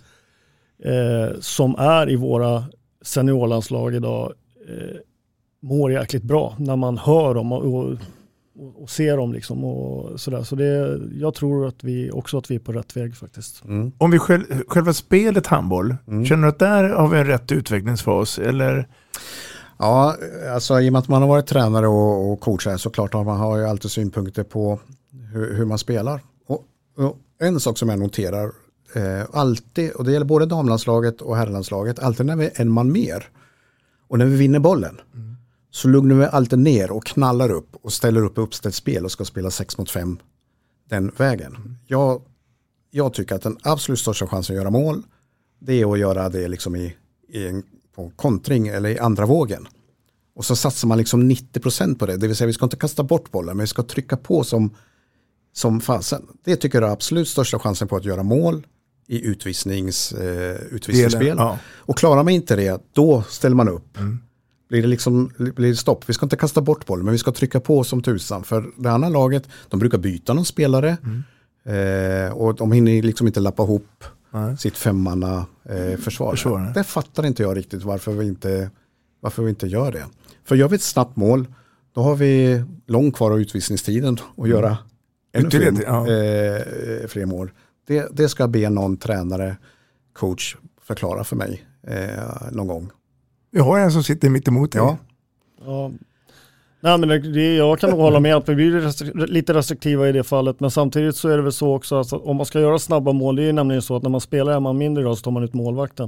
som är i våra seniorlandslag idag mår jäkligt bra när man hör dem och ser dem liksom och sådär. Så jag tror att vi är på rätt väg faktiskt. Om vi själva spelet handboll, känner du att där har vi en rätt utvecklingsfas, eller? Ja, alltså i och med att man har varit tränare och coachare, så klart att man har ju alltid synpunkter på hur man spelar. Och en sak som jag noterar alltid, och det gäller både damlandslaget och herrlandslaget, alltid när vi är en man mer och när vi vinner bollen, så lugnar vi alltid ner och knallar upp och ställer upp uppställt spel och ska spela 6 mot 5 den vägen. Jag tycker att den absolut största chansen att göra mål, det är att göra det liksom på kontring eller i andra vågen. Och så satsar man liksom 90% på det. Det vill säga, vi ska inte kasta bort bollen, men vi ska trycka på som fasen. Det tycker jag är absolut största chansen på att göra mål i utvisningsspel. Ja. Och klarar man inte det, då ställer man upp. blir det stopp. Vi ska inte kasta bort bollen, men vi ska trycka på som tusan. För det andra laget, de brukar byta någon spelare. Och de hinner liksom inte lappa ihop sitt femmanna försvar. Det fattar inte jag riktigt varför vi inte gör det. För gör vi ett snabbt mål, då har vi långt kvar av utvisningstiden att göra ännu fler mål. Det ska be någon tränare, coach förklara för mig någon gång. Vi har en som sitter mitt emot dig. Ja. Nej, men jag kan nog hålla med att vi blir lite restriktiva i det fallet, men samtidigt så är det väl så också att om man ska göra snabba mål, det är nämligen så att när man spelar är man mindre då, så tar man ut målvakten.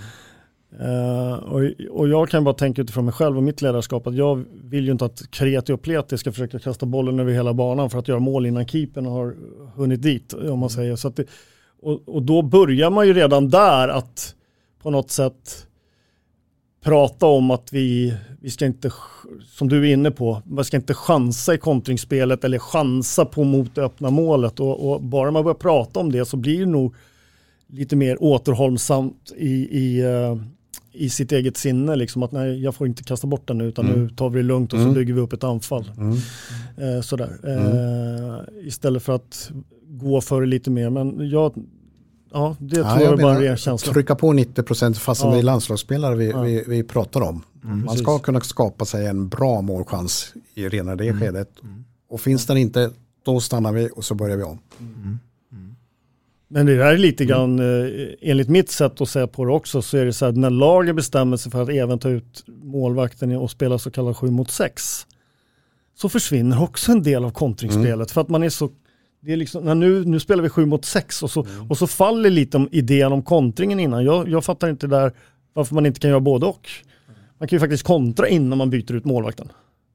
Och jag kan bara tänka utifrån mig själv och mitt ledarskap att jag vill ju inte att Kreti och Pleti ska försöka kasta bollen över hela banan för att göra mål innan keepern har hunnit dit, om man säger. Så att och då börjar man ju redan där att på något sätt prata om att vi ska inte, som du är inne på, man ska inte chansa i kontringsspelet eller chansa på mot det öppna målet. Och bara man börjar prata om det så blir det nog lite mer återhållsamt i sitt eget sinne. Liksom att nej, jag får inte kasta bort den nu, utan nu tar vi det lugnt och så bygger vi upp ett anfall. Istället för att gå för det lite mer. Men det tror jag bara är en känsla. Trycka på 90% fastän det är landslagsspelare vi pratar om. Man ska kunna skapa sig en bra målchans i rena det skedet. Och finns den inte, då stannar vi och så börjar vi om. Men det där är lite grann, enligt mitt sätt att säga på det också, så är det så här, när lagen bestämmer sig för att även ta ut målvakten och spela så kallad 7-mot-6, så försvinner också en del av kontringsspelet. För att man är så, det är liksom, nu spelar vi 7-mot-6 och så faller lite om idén om kontringen innan. Jag fattar inte där varför man inte kan göra både och. Man kan ju faktiskt kontra innan man byter ut målvakten.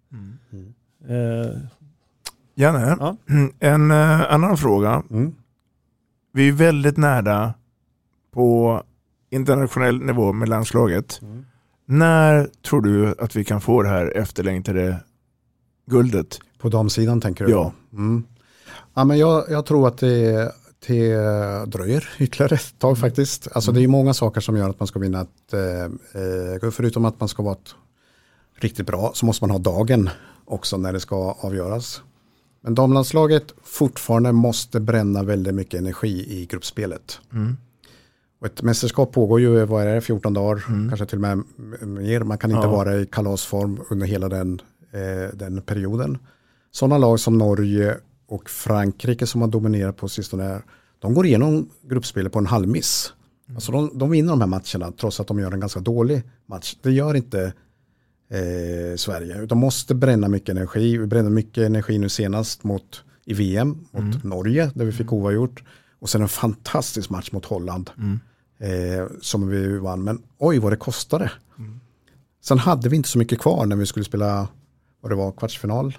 Janne, en annan fråga. Vi är väldigt nära på internationell nivå med landslaget. När tror du att vi kan få det här efterlängtade guldet? På damsidan tänker du? Ja. Ja, men jag tror att det dröjer ytterligare ett tag faktiskt. Alltså det är många saker som gör att man ska vinna förutom att man ska vara riktigt bra, så måste man ha dagen också när det ska avgöras. Men damlandslaget fortfarande måste bränna väldigt mycket energi i gruppspelet. Och ett mästerskap pågår ju 14 dagar, kanske till och med mer. Man kan inte vara i kalasform under hela den perioden. Sådana lag som Norge och Frankrike som har dominerat på sistone, de går igenom gruppspelet på en halvmiss. Alltså de vinner de här matcherna trots att de gör en ganska dålig match. Det gör inte Sverige. De måste bränna mycket energi. Vi brände mycket energi nu senast i VM mot Norge där vi fick oavgjort. Och sen en fantastisk match mot Holland som vi vann. Men oj vad det kostade. Sen hade vi inte så mycket kvar när vi skulle spela, vad det var, kvartsfinal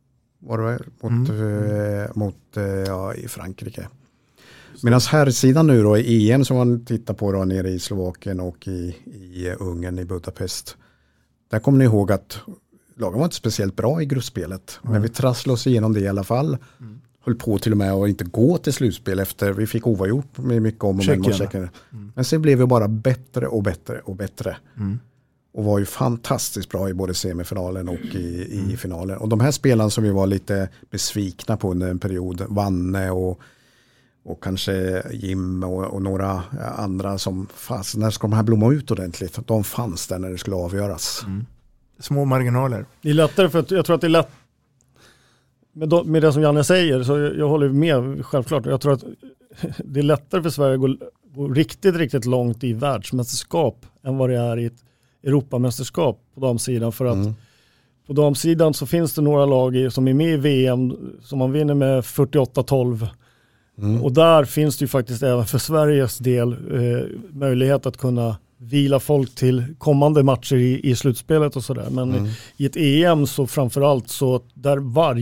i Frankrike. Medan här sidan nu då i EM som man tittar på då nere i Slovakien och i Ungern i Budapest. Där kommer ni ihåg att lagen var inte speciellt bra i gruppspelet. Men vi trasslade oss igenom det i alla fall. Höll på till och med att inte gå till slutspel efter vi fick oavgjort med mycket om och med mot Tjeckien. Men sen blev vi bara bättre och bättre och bättre. Och var ju fantastiskt bra i både semifinalen och i finalen. Och de här spelarna som vi var lite besvikna på under en period, Vanne och kanske Jim och några andra som fanns. När ska de här blomma ut ordentligt? De fanns där när det skulle avgöras. Små marginaler. Det är lättare för att jag tror att det är lätt med det som Janne säger, så jag håller med självklart. Jag tror att det är lättare för Sverige att gå riktigt, riktigt långt i världsmästerskap än vad det är i ett Europamästerskap på damsidan. För att på damsidan så finns det några lag som är med i VM som man vinner med 48-12. Och där finns det ju faktiskt även för Sveriges del möjlighet att kunna vila folk till kommande matcher i slutspelet och sådär. Men i ett EM så framförallt så där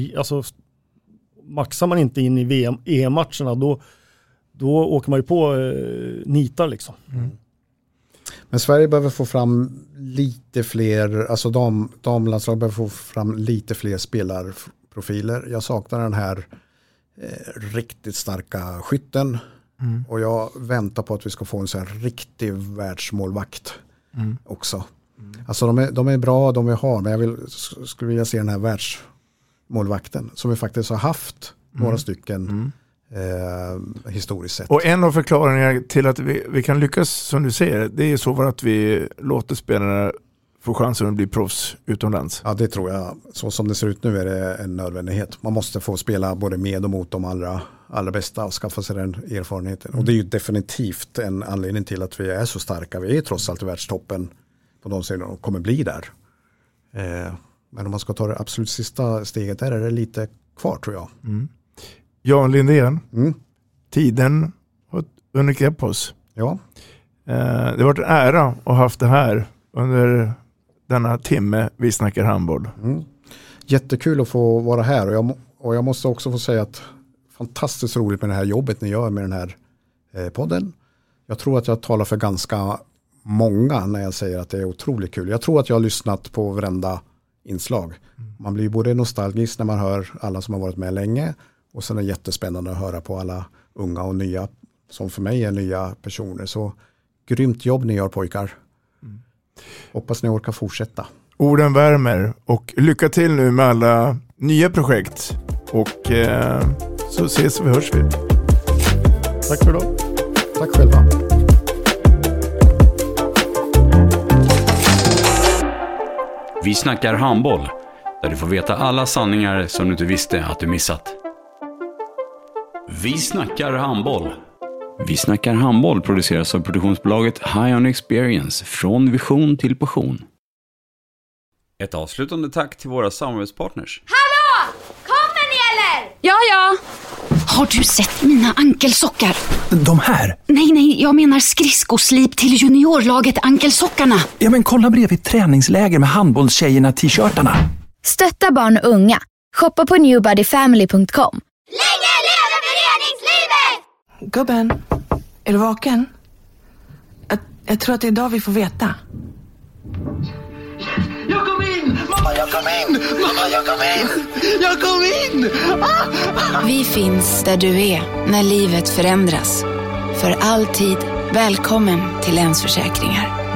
maxar man inte in i EM-matcherna då åker man ju på nitar liksom. Men Sverige behöver få fram lite fler, alltså damlandslag behöver få fram lite fler spelarprofiler. Jag saknar den här riktigt starka skytten och jag väntar på att vi ska få en sån här riktig världsmålvakt också. Alltså de är bra, de vi har, men jag skulle vilja se den här världsmålvakten som vi faktiskt har haft några stycken historiskt sett. Och en av förklaringarna till att vi kan lyckas, som du säger, det är så att vi låter spelarna få chansen att bli proffs utomlands. Ja, det tror jag. Så som det ser ut nu är det en nödvändighet. Man måste få spela både med och mot de allra bästa och skaffa sig den erfarenheten. Och det är ju definitivt en anledning till att vi är så starka. Vi är trots allt i världstoppen på de sidorna och kommer bli där. Men om man ska ta det absolut sista steget där är det lite kvar, tror jag. Jan Lindén, tiden har hunnit grepp oss. Ja. Det har varit en ära att ha haft det här under denna timme vi snackar handboll. Jättekul att få vara här och jag måste också få säga att fantastiskt roligt med det här jobbet ni gör med den här podden. Jag tror att jag talar för ganska många när jag säger att det är otroligt kul. Jag tror att jag har lyssnat på varenda inslag. Man blir både nostalgisk när man hör alla som har varit med länge och sen är det jättespännande att höra på alla unga och nya som för mig är nya personer. Så grymt jobb ni gör, pojkar. Hoppas ni orkar fortsätta. Orden värmer och lycka till nu med alla nya projekt. Och så ses vi, hörs vi. Tack för idag. Tack själva. Vi snackar handboll, där du får veta alla sanningar som du inte visste att du missat. Vi snackar handboll. Vi snackar handboll produceras av produktionsbolaget High On Experience, från vision till passion. Ett avslutande tack till våra samarbetspartners. Hallå! Kommer ni eller? Ja. Har du sett mina ankelsockar? De här? Nej, jag menar skridskoslip till juniorlaget Ankelsockarna. Ja, men kolla bredvid träningsläger med handbollstjejerna-t-shirtarna. Stötta barn och unga. Shoppa på newbodyfamily.com. Länge leve föreningslivet! Gubben, är du vaken? Jag tror att det är idag vi får veta. Jag kom in! Mamma, jag kom in! Mamma, jag kom in! Jag kom in! Vi finns där du är när livet förändras. För alltid välkommen till Länsförsäkringar.